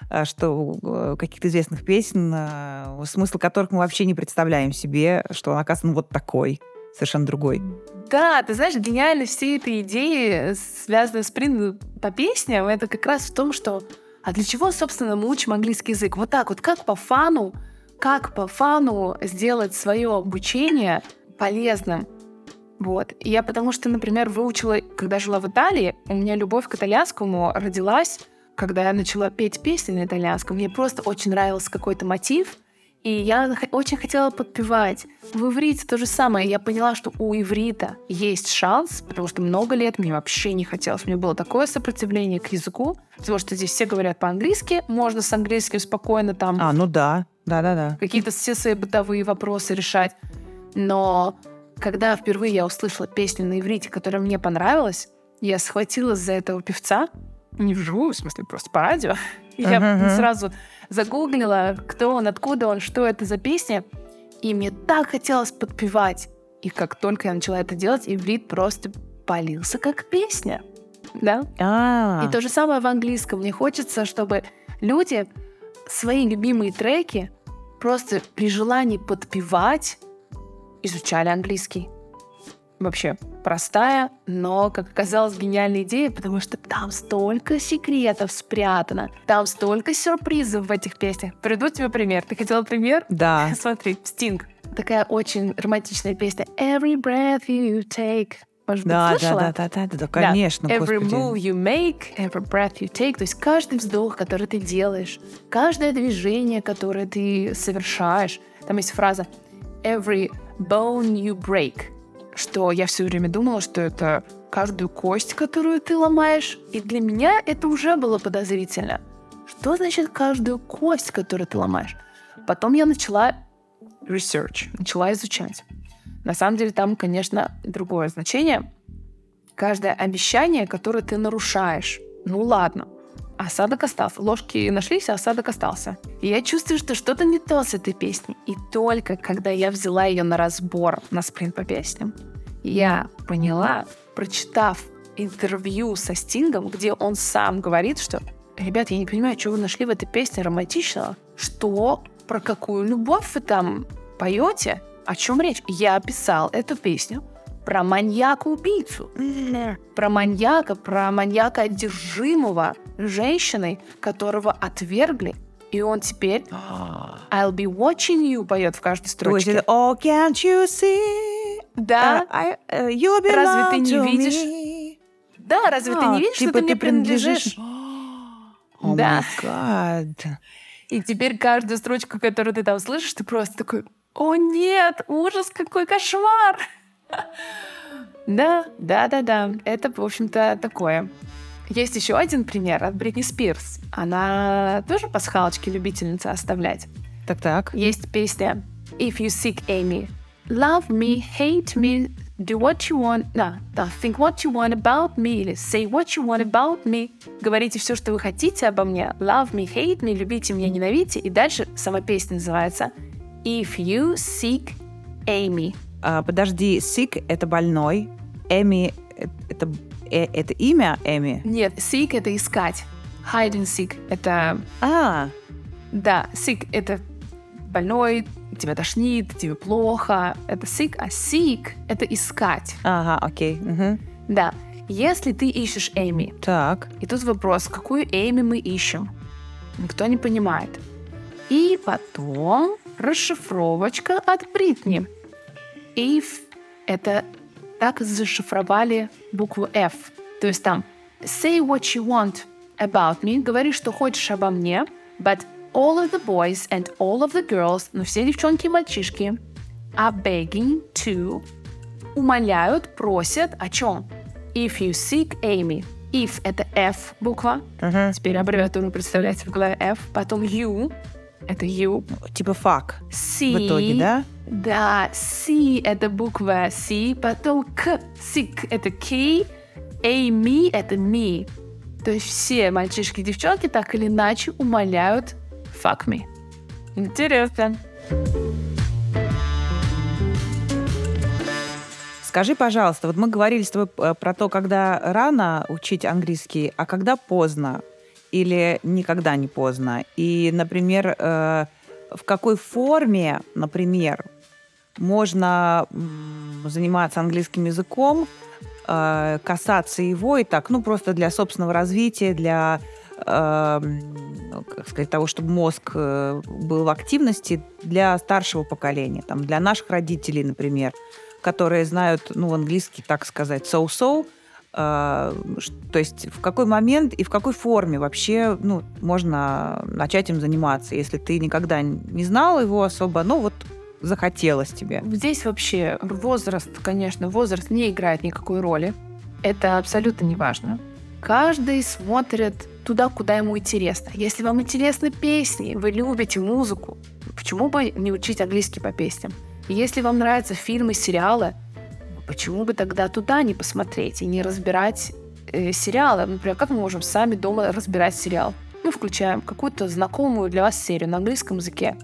что каких-то известных песен, смысл которых мы вообще не представляем себе, что он, оказывается, ну, вот такой, совершенно другой. Да, ты знаешь, гениальность всей этой идеи, связанной с принципом по песням, это как раз в том, что а для чего, собственно, мы учим английский язык? Вот так вот, как по фану, как по фану сделать свое обучение полезным. Вот. И я потому что, например, выучила, когда жила в Италии, у меня любовь к итальянскому родилась, когда я начала петь песни на итальянском. Мне просто очень нравился какой-то мотив, и я очень хотела подпевать. В иврите то же самое. Я поняла, что у иврита есть шанс, потому что много лет мне вообще не хотелось. У меня было такое сопротивление к языку, потому что здесь все говорят по-английски, можно с английским спокойно там... А, ну да, да-да-да. Какие-то все свои бытовые вопросы решать. Но... Когда впервые я услышала песню на иврите, которая мне понравилась, я схватилась за этого певца, не вживую, в смысле, просто по радио. И uh-huh. я сразу загуглила, кто он, откуда он, что это за песня. И мне так хотелось подпевать. И как только я начала это делать, иврит просто полился как песня. Да? Ah. И то же самое в английском. Мне хочется, чтобы люди свои любимые треки просто при желании подпевать изучали английский. Вообще простая, но, как оказалось, гениальная идея, потому что там столько секретов спрятано, там столько сюрпризов в этих песнях. Приведу тебе пример. Ты хотела пример? Да. Смотри, Стинг. Такая очень романтичная песня. Every breath you take. Может да, быть, слышала? Да, да, да, да, да, конечно, да. Every господи. move you make, every breath you take. То есть каждый вздох, который ты делаешь, каждое движение, которое ты совершаешь. Там есть фраза every bone you break, что я все время думала, что это каждую кость, которую ты ломаешь. И для меня это уже было подозрительно. Что значит каждую кость, которую ты ломаешь? Потом я начала research, начала изучать. На самом деле там, конечно, другое значение. Каждое обещание, которое ты нарушаешь. Ну ладно, осадок остался. Ложки нашлись, а осадок остался. И я чувствую, что что-то не то с этой песней. И только когда я взяла ее на разбор, на спринт по песням, я поняла, прочитав интервью со Стингом, где он сам говорит, что «Ребят, я не понимаю, что вы нашли в этой песне романтичного? Что? Про какую любовь вы там поете? О чем речь?» Я описал эту песню про маньяка-убийцу. Про маньяка, про маньяка одержимого женщиной, которого отвергли. И он теперь I'll be watching you поет в каждой строчке. Oh, can't you see? Да. Uh, I, uh, you belong разве ты не to видишь? Me. Да, разве а, ты не видишь, типа что ты мне принадлежишь? принадлежишь? Oh да. my God. И теперь каждую строчку, которую ты там слышишь, ты просто такой О нет, ужас, какой кошмар! Да, да, да, да. Это, в общем-то, такое. Есть еще один пример от Бритни Спирс. Она тоже пасхалочки любительница оставлять. Так-так. Есть песня If You Seek Amy. Love me, hate me, do what you want. No, no, think what you want about me. Или say what you want about me. Говорите все, что вы хотите обо мне. Love me, hate me, любите меня, ненавидите. И дальше сама песня называется If You Seek Amy. А, подожди, sick — это больной. Эми — это, э, это имя Эми? Нет, seek — это искать. Hide and seek — это... А, Да, sick — это больной, тебя тошнит, тебе плохо. Это sick, а seek — это искать. ага, окей. Угу. Да. Если ты ищешь Эми, Так. и тут вопрос, какую Эми мы ищем? Никто не понимает. И потом расшифровочка от Бритни. If — это так зашифровали букву F. То есть там say what you want about me, говори, что хочешь обо мне, but all of the boys and all of the girls, ну все девчонки и мальчишки, are begging to, умоляют, просят о чем? If you seek Amy. If — это F буква. Угу. Теперь аббревиатуру представляете в голове F. Потом you — это you. Типа fuck C. в итоге, да? Да, C — это буква C. Потом K. Sick — это key. Amy — это me. То есть все мальчишки и девчонки так или иначе умоляют fuck me. Интересно. Скажи, пожалуйста, вот мы говорили с тобой э, про то, когда рано учить английский, а когда поздно или никогда не поздно. И, например, э, в какой форме, например, можно м, заниматься английским языком, э, касаться его и так, ну, просто для собственного развития, для, э, как сказать, того, чтобы мозг э, был в активности для старшего поколения, там, для наших родителей, например, которые знают, ну, английский, так сказать, so-so, э, то есть в какой момент и в какой форме вообще, ну, можно начать им заниматься, если ты никогда не знал его особо, ну, вот захотелось тебе. Здесь вообще возраст, конечно, возраст не играет никакой роли. Это абсолютно не важно. Каждый смотрит туда, куда ему интересно. Если вам интересны песни, вы любите музыку, почему бы не учить английский по песням? Если вам нравятся фильмы, сериалы, почему бы тогда туда не посмотреть и не разбирать э, сериалы? Например, как мы можем сами дома разбирать сериал? Мы включаем какую-то знакомую для вас серию на английском языке,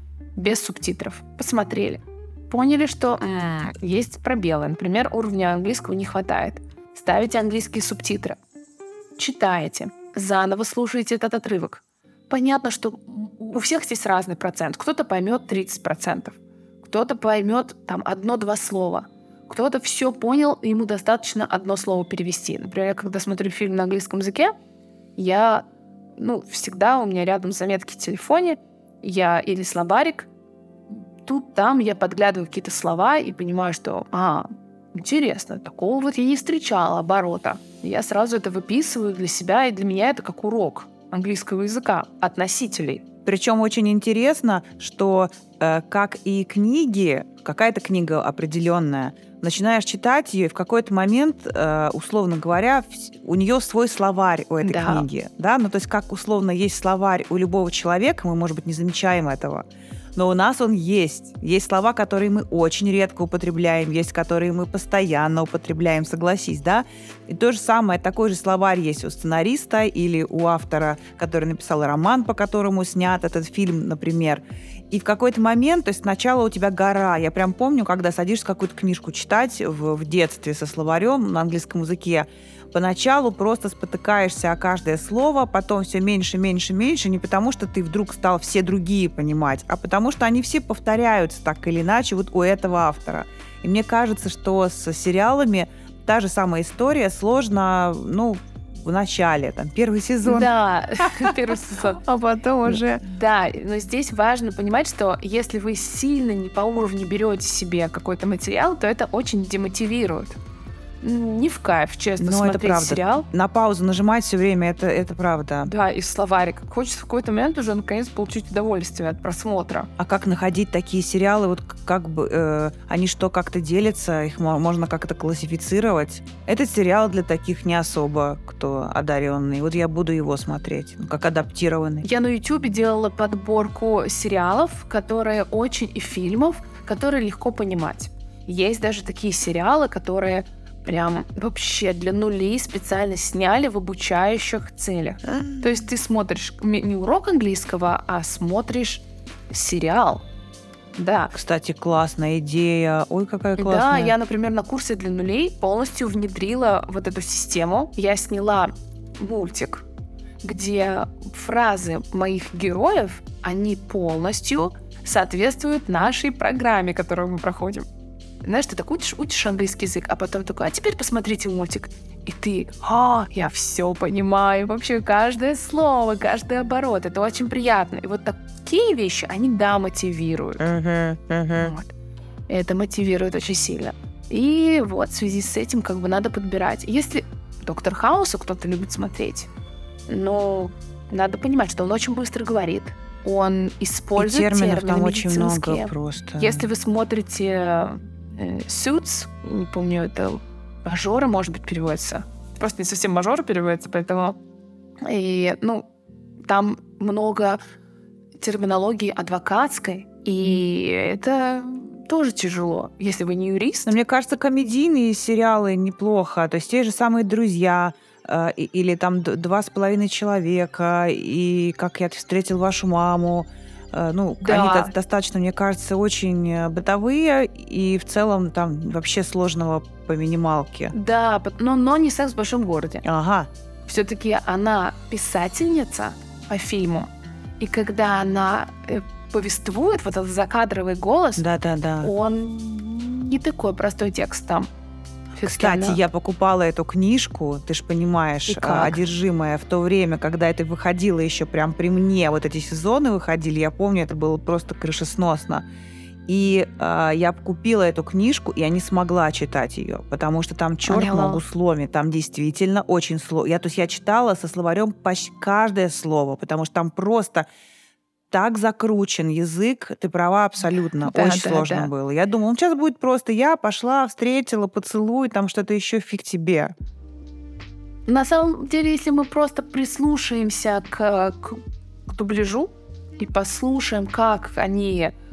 без субтитров. Посмотрели. Поняли, что м-м, есть пробелы. Например, уровня английского не хватает. Ставите английские субтитры. Читаете. Заново слушаете этот отрывок. Понятно, что у всех здесь разный процент. Кто-то поймет тридцать процентов. Кто-то поймет там одно-два слова. Кто-то все понял, и ему достаточно одно слово перевести. Например, я когда смотрю фильм на английском языке, я, ну, всегда у меня рядом заметки в телефоне, я или словарик, тут, там я подглядываю какие-то слова и понимаю, что, а, интересно, такого вот я не встречала оборота. Я сразу это выписываю для себя, и для меня это как урок английского языка от носителей. Причем очень интересно, что э, как и книги, какая-то книга определенная, начинаешь читать ее, и в какой-то момент, э, условно говоря, у нее свой словарь у этой Да. книги. Да? Ну, то есть как условно есть словарь у любого человека, мы, может быть, не замечаем этого, но у нас он есть. Есть слова, которые мы очень редко употребляем, есть, которые мы постоянно употребляем, согласись, да? И то же самое, такой же словарь есть у сценариста или у автора, который написал роман, по которому снят этот фильм, например. И в какой-то момент, то есть сначала у тебя гора. Я прям помню, когда садишься какую-то книжку читать в, в детстве со словарем на английском языке, поначалу просто спотыкаешься о каждое слово, потом все меньше, меньше, меньше, не потому что ты вдруг стал все другие понимать, а потому что они все повторяются так или иначе вот у этого автора. И мне кажется, что с сериалами та же самая история, сложно, ну, в начале, там, первый сезон. Да, первый сезон. А потом уже... Да, но здесь важно понимать, что если вы сильно не по уровню берете себе какой-то материал, то это очень демотивирует. не в кайф, честно, Но смотреть это правда. сериал. На паузу нажимать все время, это, это правда. Да, и словарик. Хочется в какой-то момент уже наконец получить удовольствие от просмотра. А как находить такие сериалы? Вот как бы э, они что, как-то делятся? Их мо- можно как-то классифицировать? Этот сериал для таких не особо, кто одаренный. Вот я буду его смотреть, ну, как адаптированный. Я на Ютубе делала подборку сериалов, которые очень и фильмов, которые легко понимать. Есть даже такие сериалы, которые прям вообще для нулей специально сняли в обучающих целях. То есть ты смотришь не урок английского, а смотришь сериал. Да. Кстати, классная идея. Ой, какая Да, классная. я, например, на курсе для нулей полностью внедрила вот эту систему. Я сняла мультик, где фразы моих героев, они полностью соответствуют нашей программе, которую мы проходим. Знаешь, ты так учишь, учишь английский язык, а потом такой, а теперь посмотрите мультик. И ты, а, я все понимаю, вообще каждое слово, каждый оборот. Это очень приятно. И вот такие вещи, они, да, мотивируют. Uh-huh, uh-huh. Вот. Это мотивирует очень сильно. И вот в связи с этим как бы надо подбирать. Если Доктор Хауса кто-то любит смотреть, но надо понимать, что он очень быстро говорит. Он использует И терминов термины там очень много медицинские. просто. Если вы смотрите э, Suits, не помню, это мажоры, может быть, переводится. Просто не совсем мажоры переводится, поэтому... И, ну, там много терминологии адвокатской, и это тоже тяжело, если вы не юрист. Но мне кажется, комедийные сериалы неплохо. То есть те же самые «Друзья», э, и- или там д- «Два с половиной человека», и «Как я встретил вашу маму». Э, ну, Да. они до- достаточно, мне кажется, очень э, бытовые, и в целом там вообще сложного по минималке. Да, пот- но, но не «Секс в большом городе». Ага. Все-таки она писательница по фильму, и когда она э, повествует, вот этот закадровый голос, Да-да-да. он не такой простой текст там. Всё-таки Кстати, она- я покупала эту книжку, ты ж понимаешь, И как? а, «Одержимая», в то время, когда это выходило еще прям при мне, вот эти сезоны выходили, я помню, это было просто крышесносно. И а, я купила эту книжку, и я не смогла читать ее, потому что там черт Поняла. ногу сломе, там действительно очень сложно. Я, то есть я читала со словарем почти каждое слово, потому что там просто так закручен язык, ты права абсолютно, Да, очень да, сложно да. было. Я думала, ну сейчас будет просто я пошла, встретила, поцелуй, там что-то еще, фиг тебе. На самом деле, если мы просто прислушаемся к, к, к дубляжу и послушаем, как они э,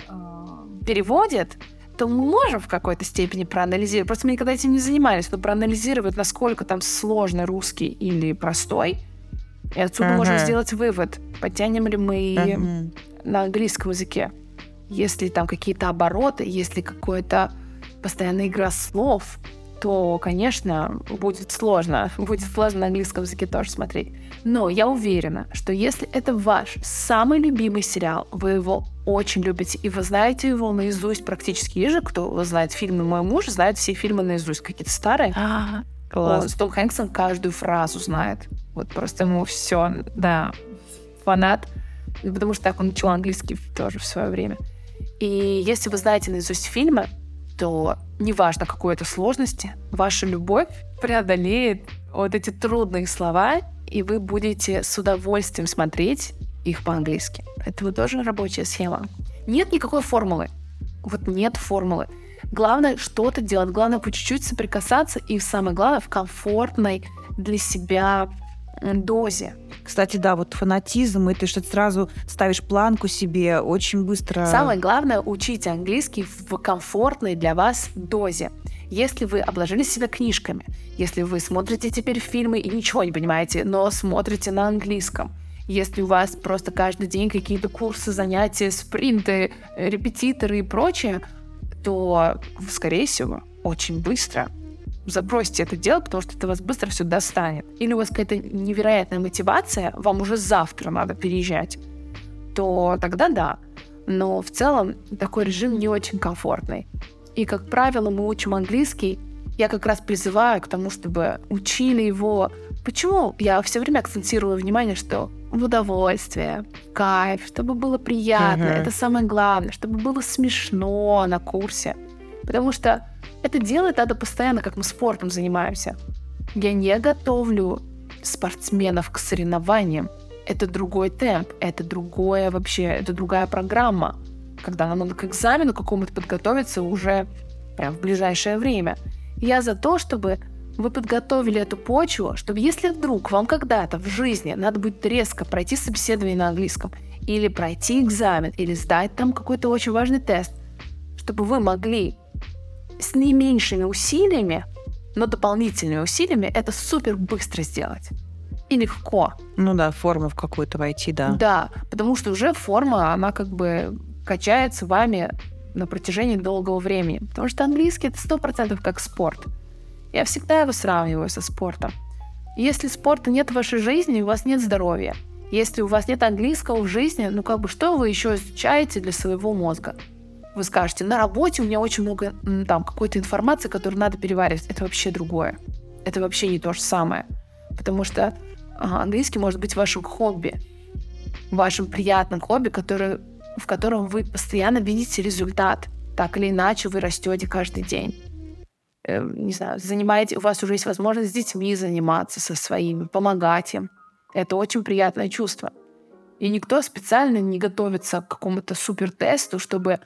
переводят, то мы можем в какой-то степени проанализировать. Просто мы никогда этим не занимались, но проанализировать, насколько там сложный русский или простой. И отсюда Ага. можем сделать вывод, потянем ли мы Мгм. на английском языке. Если там какие-то обороты, если какая-то постоянная игра слов, то, конечно, будет сложно. Будет сложно на английском языке тоже смотреть. Но я уверена, что если это ваш самый любимый сериал, вы его очень любите, и вы знаете его наизусть практически же, кто знает фильмы «Мой муж», знает все фильмы наизусть, какие-то старые. А, Он класс. с Том Хэнксом каждую фразу знает. Вот просто ему все, да, фанат. Ну, потому что так он учил английский тоже в свое время. И если вы знаете наизусть фильмы, то неважно какой это сложности, ваша любовь преодолеет вот эти трудные слова, и вы будете с удовольствием смотреть их по-английски. Это вот тоже рабочая схема. Нет никакой формулы. Вот нет формулы. Главное что-то делать, главное по чуть-чуть соприкасаться, и самое главное в комфортной для себя м, дозе. Кстати, да, вот фанатизм, и ты что-то сразу ставишь планку себе очень быстро. Самое главное — учите английский в комфортной для вас дозе. Если вы обложили себя книжками, если вы смотрите теперь фильмы и ничего не понимаете, но смотрите на английском, если у вас просто каждый день какие-то курсы, занятия, спринты, репетиторы и прочее, то, скорее всего, очень быстро забросьте это дело, потому что это вас быстро все достанет. Или у вас какая-то невероятная мотивация, вам уже завтра надо переезжать, то тогда да. Но в целом такой режим не очень комфортный. И, как правило, мы учим английский. Я как раз призываю к тому, чтобы учили его. Почему я все время акцентирую внимание, что в удовольствие, кайф, чтобы было приятно. Мгм. Это самое главное, чтобы было смешно на курсе. Потому что это делать надо постоянно, как мы спортом занимаемся. Я не готовлю спортсменов к соревнованиям. Это другой темп, это другое вообще, это другая программа, когда нам надо к экзамену какому-то подготовиться уже прям в ближайшее время. Я за то, чтобы вы подготовили эту почву, чтобы если вдруг вам когда-то в жизни надо будет резко пройти собеседование на английском, или пройти экзамен, или сдать там какой-то очень важный тест, чтобы вы могли с наименьшими усилиями, но дополнительными усилиями это супер быстро сделать. И легко. Ну да, форму в какую-то войти, да. Да, потому что уже форма, она как бы качается вами на протяжении долгого времени. Потому что английский — это сто процентов как спорт. Я всегда его сравниваю со спортом. Если спорта нет в вашей жизни, у вас нет здоровья. Если у вас нет английского в жизни, ну как бы что вы еще изучаете для своего мозга? Вы скажете, на работе у меня очень много там какой-то информации, которую надо переваривать. Это вообще другое. Это вообще не то же самое. Потому что ага, английский может быть вашим хобби. Вашим приятным хобби, который, в котором вы постоянно видите результат. Так или иначе вы растете каждый день. Э, не знаю, занимаете, у вас уже есть возможность с детьми заниматься со своими, помогать им. Это очень приятное чувство. И никто специально не готовится к какому-то супертесту, чтобы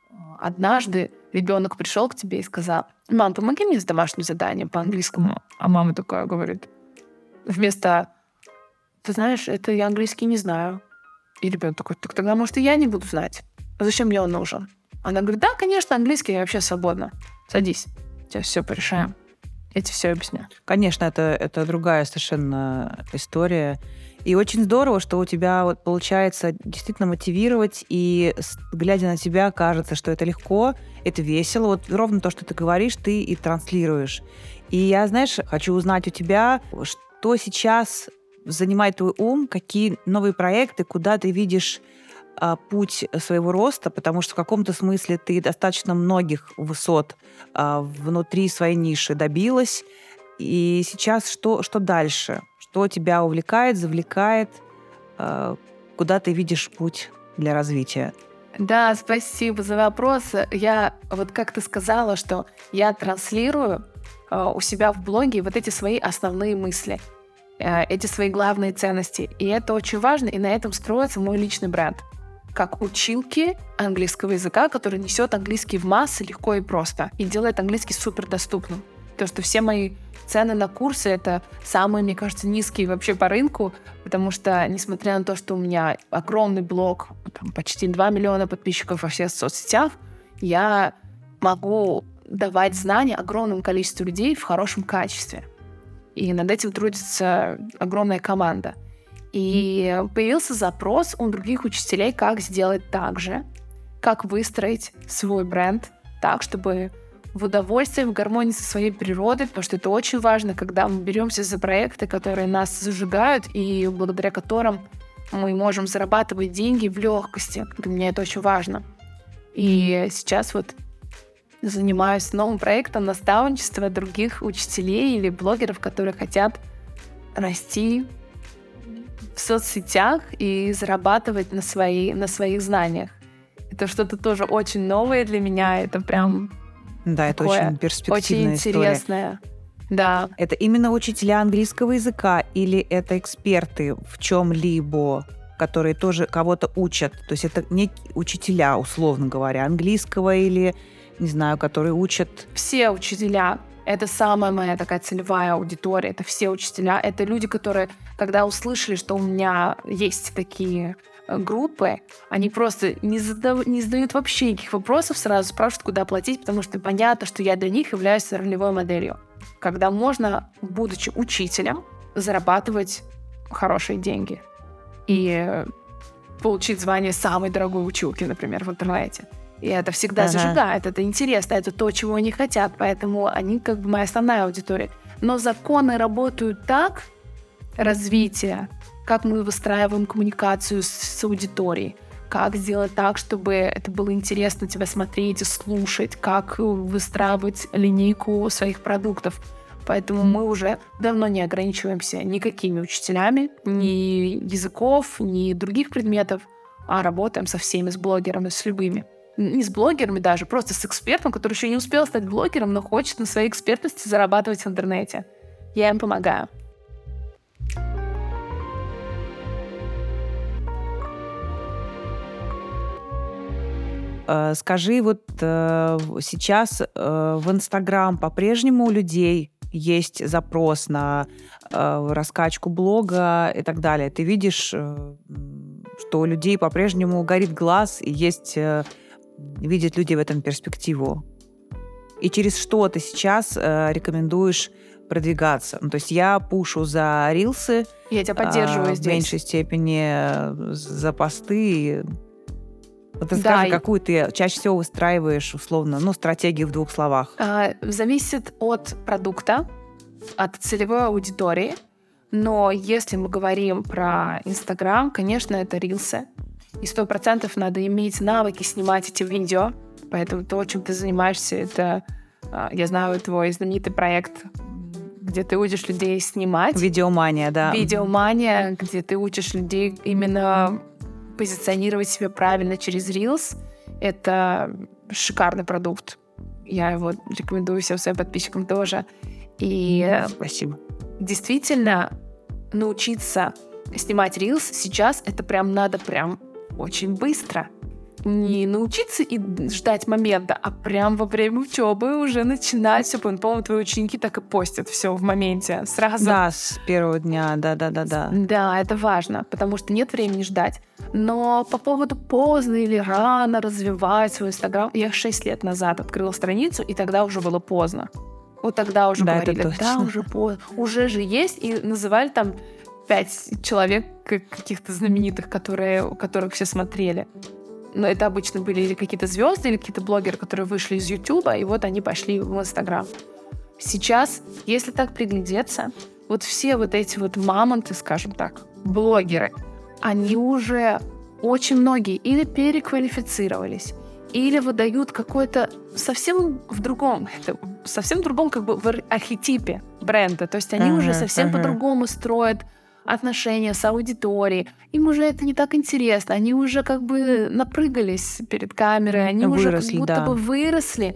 однажды ребенок пришел к тебе и сказал: «Мам, помоги мне с домашним заданием по английскому». А мама такая говорит, вместо «Ты знаешь, это я английский не знаю». И ребенок такой: «Так тогда, может, и я не буду знать. А зачем мне он нужен?» Она говорит: «Да, конечно, английский, я вообще свободна. Садись, сейчас все порешаем». Я тебе все объясню. Конечно, это, это другая совершенно история. И очень здорово, что у тебя вот получается действительно мотивировать, и глядя на тебя, кажется, что это легко, это весело. Вот ровно то, что ты говоришь, ты и транслируешь. И я, знаешь, хочу узнать у тебя, что сейчас занимает твой ум, какие новые проекты, куда ты видишь а, путь своего роста, потому что в каком-то смысле ты достаточно многих высот а, внутри своей ниши добилась. И сейчас что, что дальше? Что тебя увлекает, завлекает? А, куда ты видишь путь для развития? Да, спасибо за вопрос. Я, вот как ты сказала, что я транслирую э, у себя в блоге вот эти свои основные мысли, э, эти свои главные ценности. И это очень важно, и на этом строится мой личный бренд. Как училки английского языка, который несет английский в массы легко и просто, и делает английский супер доступным. То, что все мои цены на курсы — это самые, мне кажется, низкие вообще по рынку, потому что, несмотря на то, что у меня огромный блог, там, почти два миллиона подписчиков во всех соцсетях, я могу давать знания огромному количеству людей в хорошем качестве. И над этим трудится огромная команда. И появился запрос у других учителей, как сделать так же, как выстроить свой бренд так, чтобы в удовольствии, в гармонии со своей природой, потому что это очень важно, когда мы беремся за проекты, которые нас зажигают и благодаря которым мы можем зарабатывать деньги в легкости. Для меня это очень важно. И сейчас вот занимаюсь новым проектом наставничества других учителей или блогеров, которые хотят расти в соцсетях и зарабатывать на, свои, на своих знаниях. Это что-то тоже очень новое для меня. Это прям Да, это очень перспективная очень интересная. Да. Это именно учителя английского языка или это эксперты в чем-либо, которые тоже кого-то учат? То есть это не учителя, условно говоря, английского или, не знаю, которые учат... Все учителя. Это самая моя такая целевая аудитория. Это все учителя. Это люди, которые, когда услышали, что у меня есть такие группы, они просто не, задав... не задают вообще никаких вопросов, сразу спрашивают, куда платить, потому что понятно, что я для них являюсь ролевой моделью. Когда можно, будучи учителем, зарабатывать хорошие деньги и получить звание самой дорогой училки, например, в интернете. И это всегда ага. зажигает, это интересно, это то, чего они хотят, поэтому они как бы моя основная аудитория. Но законы работают так, развитие, как мы выстраиваем коммуникацию с, с аудиторией, как сделать так, чтобы это было интересно тебя смотреть и слушать, как выстраивать линейку своих продуктов. Поэтому мы уже давно не ограничиваемся никакими учителями, ни языков, ни других предметов, а работаем со всеми, с блогерами, с любыми. не с блогерами даже, просто с экспертом, который еще не успел стать блогером, но хочет на своей экспертности зарабатывать в интернете. Я им помогаю. Скажи, вот э, сейчас э, в Инстаграм по-прежнему у людей есть запрос на э, раскачку блога и так далее. Ты видишь, э, что у людей по-прежнему горит глаз и есть, э, видят люди в этом перспективу? И через что ты сейчас э, рекомендуешь продвигаться? Ну, то есть я пушу за рилсы. Я тебя поддерживаю э, здесь. В меньшей степени за посты. Вот расскажи, Да, и- какую ты чаще всего выстраиваешь, условно, ну, стратегию в двух словах. А, Зависит от продукта, от целевой аудитории. Но если мы говорим про Инстаграм, конечно, это рилсы. И сто процентов надо иметь навыки снимать эти видео. Поэтому то, чем ты занимаешься, это, а, я знаю, твой знаменитый проект, где ты учишь людей снимать. Видеомания, да. Видеомания, где ты учишь людей именно позиционировать себя правильно через Reels. Это шикарный продукт. Я его рекомендую всем своим подписчикам тоже. И Спасибо. действительно научиться снимать Reels сейчас это прям надо прям очень быстро. Не научиться и ждать момента, а прям во время учебы уже начинать все. По-моему, твои ученики так и постят все в моменте. Сразу. Да, с первого дня, да-да-да-да. Да, это важно, потому что нет времени ждать. Но по поводу поздно или рано развивать свой Инстаграм, я шесть лет назад открыла страницу, и тогда уже было поздно. Вот тогда уже Да, это говорили, да, точно. уже поздно, уже же есть, и называли там пять человек как каких-то знаменитых, которые, у которых все смотрели. Но это обычно были или какие-то звезды, или какие-то блогеры, которые вышли из Ютуба, и вот они пошли в Инстаграм. Сейчас, если так приглядеться, вот все вот эти вот мамонты, скажем так, блогеры, они уже очень многие или переквалифицировались, или выдают какой-то совсем в другом, это совсем другом как бы в архетипе бренда. То есть они Ага, уже совсем ага. по-другому строят отношения с аудиторией. Им уже это не так интересно. Они уже как бы напрыгались перед камерой, они уже Выросли, как будто да. бы выросли.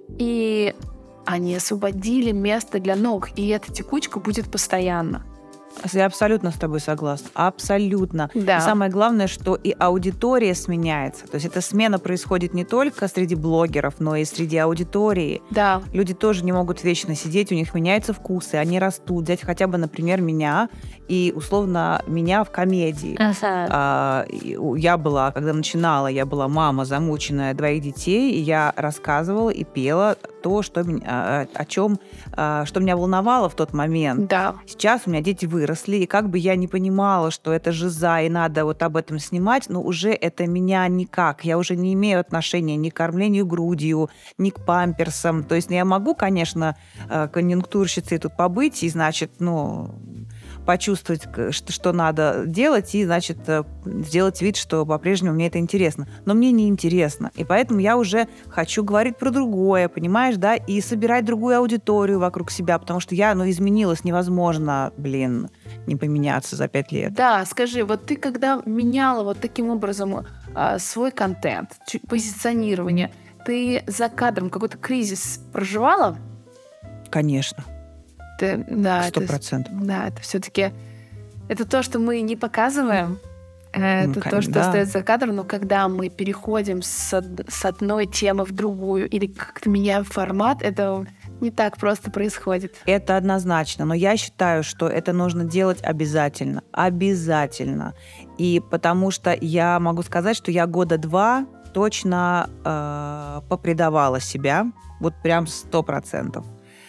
И они освободили место для ног, и эта текучка будет постоянно. Я абсолютно с тобой согласна. Абсолютно. Да. И самое главное, что и аудитория сменяется. То есть эта смена происходит не только среди блогеров, но и среди аудитории. Да. Люди тоже не могут вечно сидеть, у них меняются вкусы, они растут. Взять хотя бы, например, меня и, условно, меня в комедии. А, и у- я была, когда начинала, я была мама, замученная двоих детей, и я рассказывала и пела то, что меня, а, о чем, а, что меня волновало в тот момент. Да. Сейчас у меня дети выросли, и как бы я не понимала, что это жиза, и надо вот об этом снимать, но уже это меня никак. Я уже не имею отношения ни к кормлению грудью, ни к памперсам. То есть я могу, конечно, э, конъюнктурщицей тут побыть и, значит, ну, почувствовать, к- что, что надо делать, и, значит, э, сделать вид, что по-прежнему мне это интересно. Но мне не интересно. И поэтому я уже хочу говорить про другое, понимаешь, да, и собирать другую аудиторию вокруг себя, потому что я, ну, изменилась, невозможно, блин, не поменяться за пять лет. Да, скажи, вот ты когда меняла вот таким образом а, свой контент, чуть- позиционирование, ты за кадром какой-то кризис проживала? Конечно, Ты- да, сто это, процентов. да, это все-таки это то, что мы не показываем. э, Ну, Это кон- то, что да. остается за кадром, но когда мы переходим с, од- с одной темы в другую или как-то меняем формат, это не так просто происходит. Это однозначно, но я считаю, что это нужно делать обязательно. Обязательно. И потому что я могу сказать, что я года два точно э, попредавала себя, вот прям сто процентов.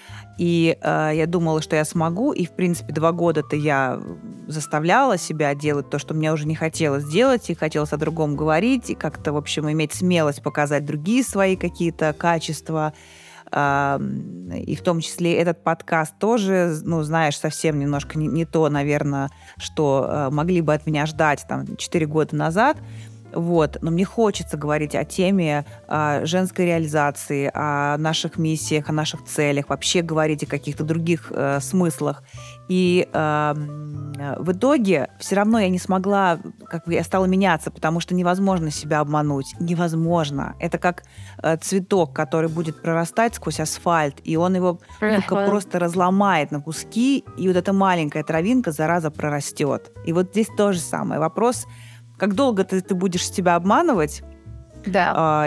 И э, я думала, что я смогу, и, в принципе, два года-то я заставляла себя делать то, что мне уже не хотелось делать, и хотелось о другом говорить, и как-то, в общем, иметь смелость показать другие свои какие-то качества. А, И в том числе этот подкаст тоже, ну, знаешь, совсем немножко не, не то, наверное, что э, могли бы от меня ждать там четыре года назад. Вот. Но мне хочется говорить о теме о женской реализации, о наших миссиях, о наших целях, вообще говорить о каких-то других э, смыслах. И э, в итоге все равно я не смогла, как бы я стала меняться, потому что невозможно себя обмануть. Невозможно. Это как э, цветок, который будет прорастать сквозь асфальт, и он его только просто разломает на куски, и вот эта маленькая травинка, зараза, прорастет. И вот здесь то же самое. Вопрос, как долго ты, ты будешь себя обманывать, да. а,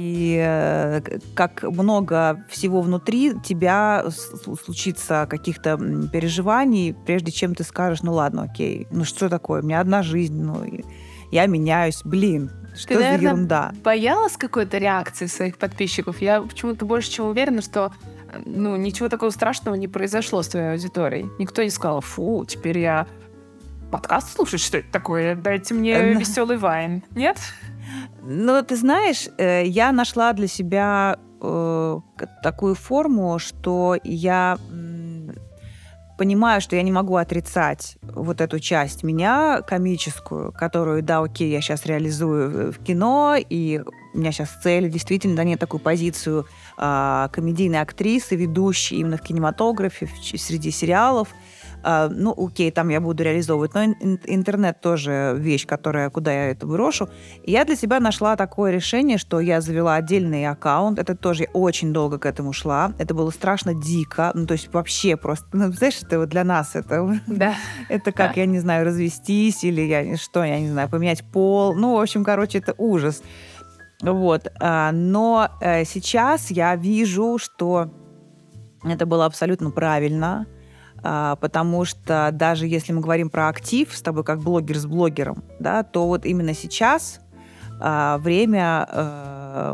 и э, как много всего внутри тебя с- случится каких-то переживаний, прежде чем ты скажешь, ну ладно, окей, ну что такое, у меня одна жизнь, ну и я меняюсь, блин, что Ты, за наверное, ерунда. боялась какой-то реакции своих подписчиков? Я почему-то больше чем уверена, что ну, ничего такого страшного не произошло с твоей аудиторией. Никто не сказал, фу, теперь я подкаст слушать, что это такое? Дайте мне веселый вайн. Нет? Ну, ты знаешь, э, я нашла для себя э, к- такую форму, что я м, понимаю, что я не могу отрицать вот эту часть меня комическую, которую, да, окей, я сейчас реализую в кино, и у меня сейчас цель действительно занять такую позицию а, комедийной актрисы, ведущей именно в кинематографе, в ч- среди сериалов. А, ну, окей, там я буду реализовывать, но ин- интернет тоже вещь, которая, куда я это брошу. И я для себя нашла такое решение, что я завела отдельный аккаунт. Это тоже я очень долго к этому шла. Это было страшно дико. Ну, то есть вообще просто, ну, знаешь, это вот для нас это, Да. это как, я не знаю, развестись или я не- что, я не знаю, поменять пол. Ну, в общем, короче, это ужас. Вот. А, Но э, сейчас я вижу, что это было абсолютно правильно, а, потому что даже если мы говорим про актив с тобой как блогер с блогером, да, то вот именно сейчас а, время, э,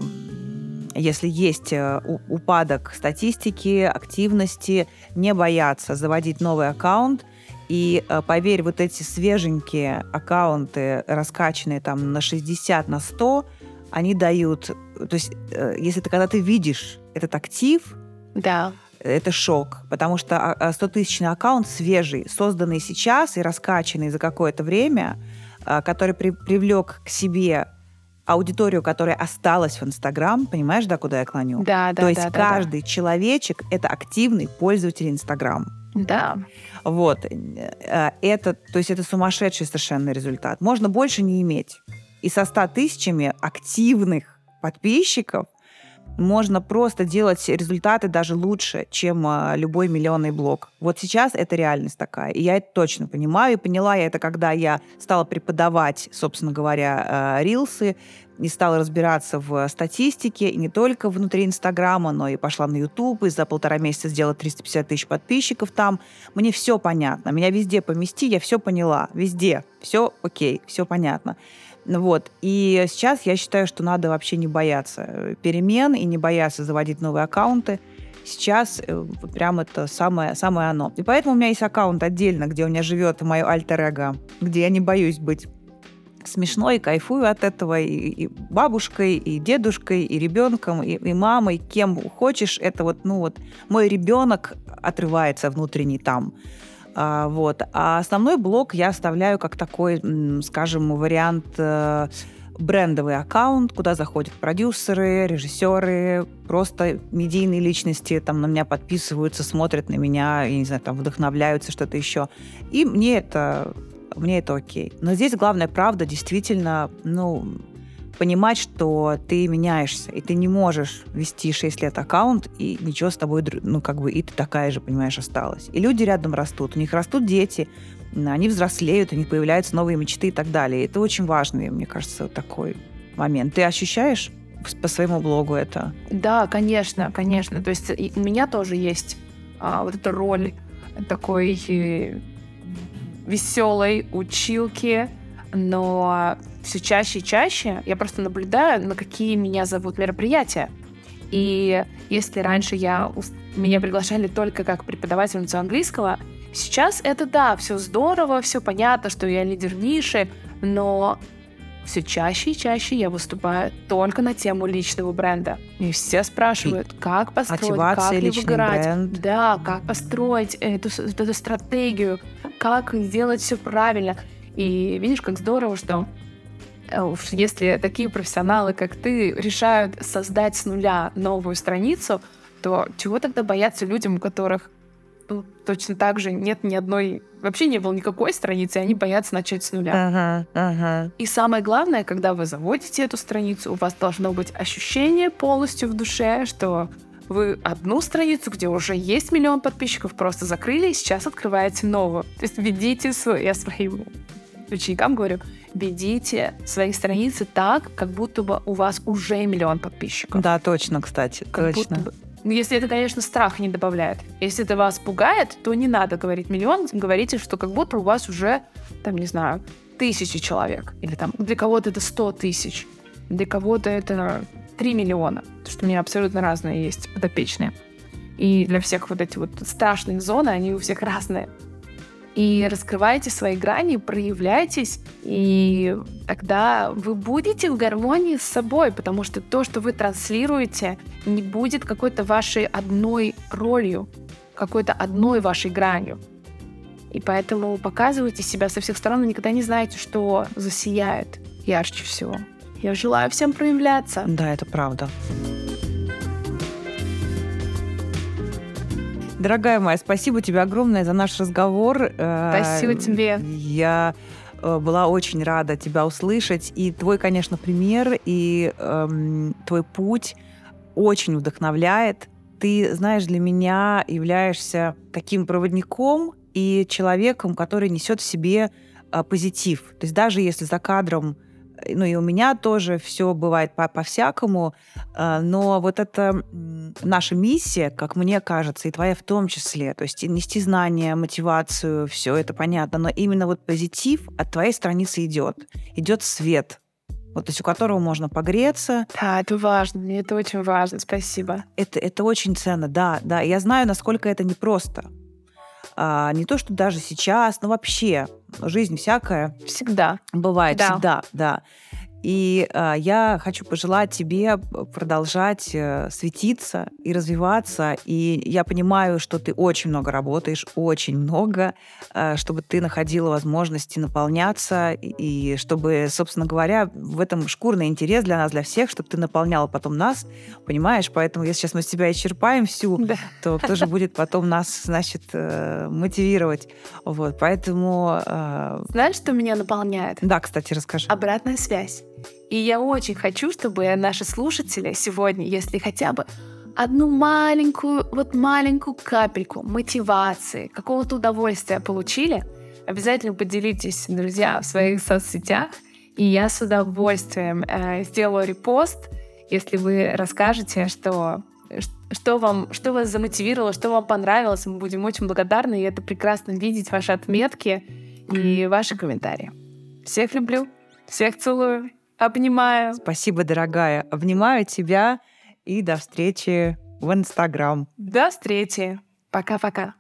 если есть э, у- упадок статистики, активности, не бояться заводить новый аккаунт. И э, поверь, вот эти свеженькие аккаунты, раскачанные там на шестьдесят, на сто, они дают... То есть э, если ты, когда ты видишь этот актив, Да. это шок, потому что стотысячный аккаунт свежий, созданный сейчас и раскачанный за какое-то время, а, который при- привлек к себе аудиторию, которая осталась в Инстаграм, понимаешь, да, куда я клоню? Да, да, То есть да, да, каждый человечек — это активный пользователь Инстаграм. Да. Вот. Э, Это, то есть это сумасшедший совершенно результат. Можно больше не иметь. И со ста тысячами активных подписчиков можно просто делать результаты даже лучше, чем а, любой миллионный блог. Вот сейчас это реальность такая. И я это точно понимаю. И поняла я это, когда я стала преподавать, собственно говоря, а, рилсы, и стала разбираться в статистике, и не только внутри Инстаграма, но и пошла на Ютуб, и за полтора месяца сделала триста пятьдесят тысяч подписчиков там. Мне все понятно. Меня везде помести, я все поняла. Везде. Все окей, все понятно. Вот. И сейчас я считаю, что надо вообще не бояться перемен и не бояться заводить новые аккаунты. Сейчас э, вот прям это самое, самое оно. И поэтому у меня есть аккаунт отдельно, где у меня живет мое альтер-эго, где я не боюсь быть смешной, кайфую от этого и, и бабушкой, и дедушкой, и ребенком, и, и мамой, кем хочешь. Это вот, ну вот, мой ребенок отрывается внутренний там. А, вот. А основной блог я оставляю как такой, м, скажем, вариант э, брендовый аккаунт, куда заходят продюсеры, режиссеры, просто медийные личности там на меня подписываются, смотрят на меня, я не знаю, там вдохновляются, что-то еще. И мне это, мне это окей. Но здесь главная правда действительно, ну, понимать, что ты меняешься, и ты не можешь вести шесть лет аккаунт, и ничего с тобой, дру- ну, как бы, и ты такая же, понимаешь, осталась. И люди рядом растут, у них растут дети, они взрослеют, у них появляются новые мечты и так далее. И это очень важный, мне кажется, такой момент. Ты ощущаешь по своему блогу это? Да, конечно, конечно. То есть и у меня тоже есть а, вот эта роль такой э, веселой училки, но все чаще и чаще я просто наблюдаю, на какие меня зовут мероприятия. И если раньше я, ус- меня приглашали только как преподавательницу английского, сейчас это да, все здорово, все понятно, что я лидер ниши, но все чаще и чаще я выступаю только на тему личного бренда. И все спрашивают, как построить, Мотивация, как не личный выгорать. бренд. Да, как построить эту, с- эту стратегию, как сделать все правильно. И видишь, как здорово, что Если такие профессионалы, как ты, решают создать с нуля новую страницу, то чего тогда бояться людям, у которых ну, точно так же нет ни одной... Вообще не было никакой страницы, и они боятся начать с нуля. Ага, ага. И самое главное, когда вы заводите эту страницу, у вас должно быть ощущение полностью в душе, что вы одну страницу, где уже есть миллион подписчиков, просто закрыли, и сейчас открываете новую. То есть ведите свою... Я своим ученикам говорю, ведите свои страницы так, как будто бы у вас уже миллион подписчиков. Да, точно, кстати, как точно. Бы, ну, если это, конечно, страх не добавляет. Если это вас пугает, то не надо говорить миллион, говорите, что как будто у вас уже, там, не знаю, тысячи человек. Или там для кого-то это сто тысяч, для кого-то это три миллиона. Потому что у меня абсолютно разные есть подопечные. И для всех вот эти вот страшные зоны, они у всех разные. И раскрывайте свои грани, проявляйтесь, и тогда вы будете в гармонии с собой, потому что то, что вы транслируете, не будет какой-то вашей одной ролью, какой-то одной вашей гранью. И поэтому показывайте себя со всех сторон, и никогда не знаете, что засияет ярче всего. Я желаю всем проявляться. Да, это правда. Дорогая моя, спасибо тебе огромное за наш разговор. Спасибо тебе. Я была очень рада тебя услышать. И твой, конечно, пример, и эм, твой путь очень вдохновляет. Ты, знаешь, для меня являешься таким проводником и человеком, который несет в себе э, позитив. То есть даже если за кадром, ну и у меня тоже все бывает по- по-всякому, э, но вот это наша миссия, как мне кажется, и твоя в том числе, то есть нести знания, мотивацию, все это понятно, но именно вот позитив от твоей страницы идет. Идет свет, вот, то есть у которого можно погреться. Да, это важно, мне это очень важно, спасибо. Это, это очень ценно, да, да. Я знаю, насколько это непросто. А, не то, что даже сейчас, но вообще жизнь всякая. Всегда. Бывает, Да. всегда, да. И э, я хочу пожелать тебе продолжать э, светиться и развиваться. И я понимаю, что ты очень много работаешь, очень много, э, чтобы ты находила возможности наполняться. И, и чтобы, собственно говоря, в этом шкурный интерес для нас, для всех, чтобы ты наполняла потом нас, понимаешь? Поэтому если сейчас мы себя исчерпаем всю, Да. то кто же будет потом нас, значит, э, мотивировать? Вот, поэтому... Э... Знаешь, что меня наполняет? Да, кстати, расскажи. Обратная связь. И я очень хочу, чтобы наши слушатели сегодня, если хотя бы одну маленькую, вот маленькую капельку мотивации, какого-то удовольствия получили, обязательно поделитесь, друзья, в своих соцсетях. И я с удовольствием э, сделаю репост, если вы расскажете, что, что, вам, что вас замотивировало, что вам понравилось. Мы будем очень благодарны, и это прекрасно видеть ваши отметки и ваши комментарии. Всех люблю, всех целую. Обнимаю. Спасибо, дорогая. Обнимаю тебя и до встречи в Инстаграм. До встречи. Пока-пока.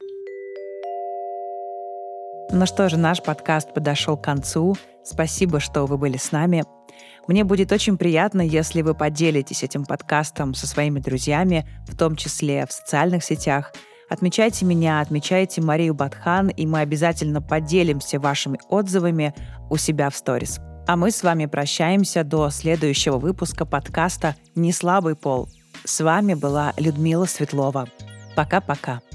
Ну что же, наш подкаст подошел к концу. Спасибо, что вы были с нами. Мне будет очень приятно, если вы поделитесь этим подкастом со своими друзьями, в том числе в социальных сетях. Отмечайте меня, отмечайте Марию Батхан, и мы обязательно поделимся вашими отзывами у себя в сторис. А мы с вами прощаемся до следующего выпуска подкаста «Неслабый пол». С вами была Людмила Светлова. Пока-пока.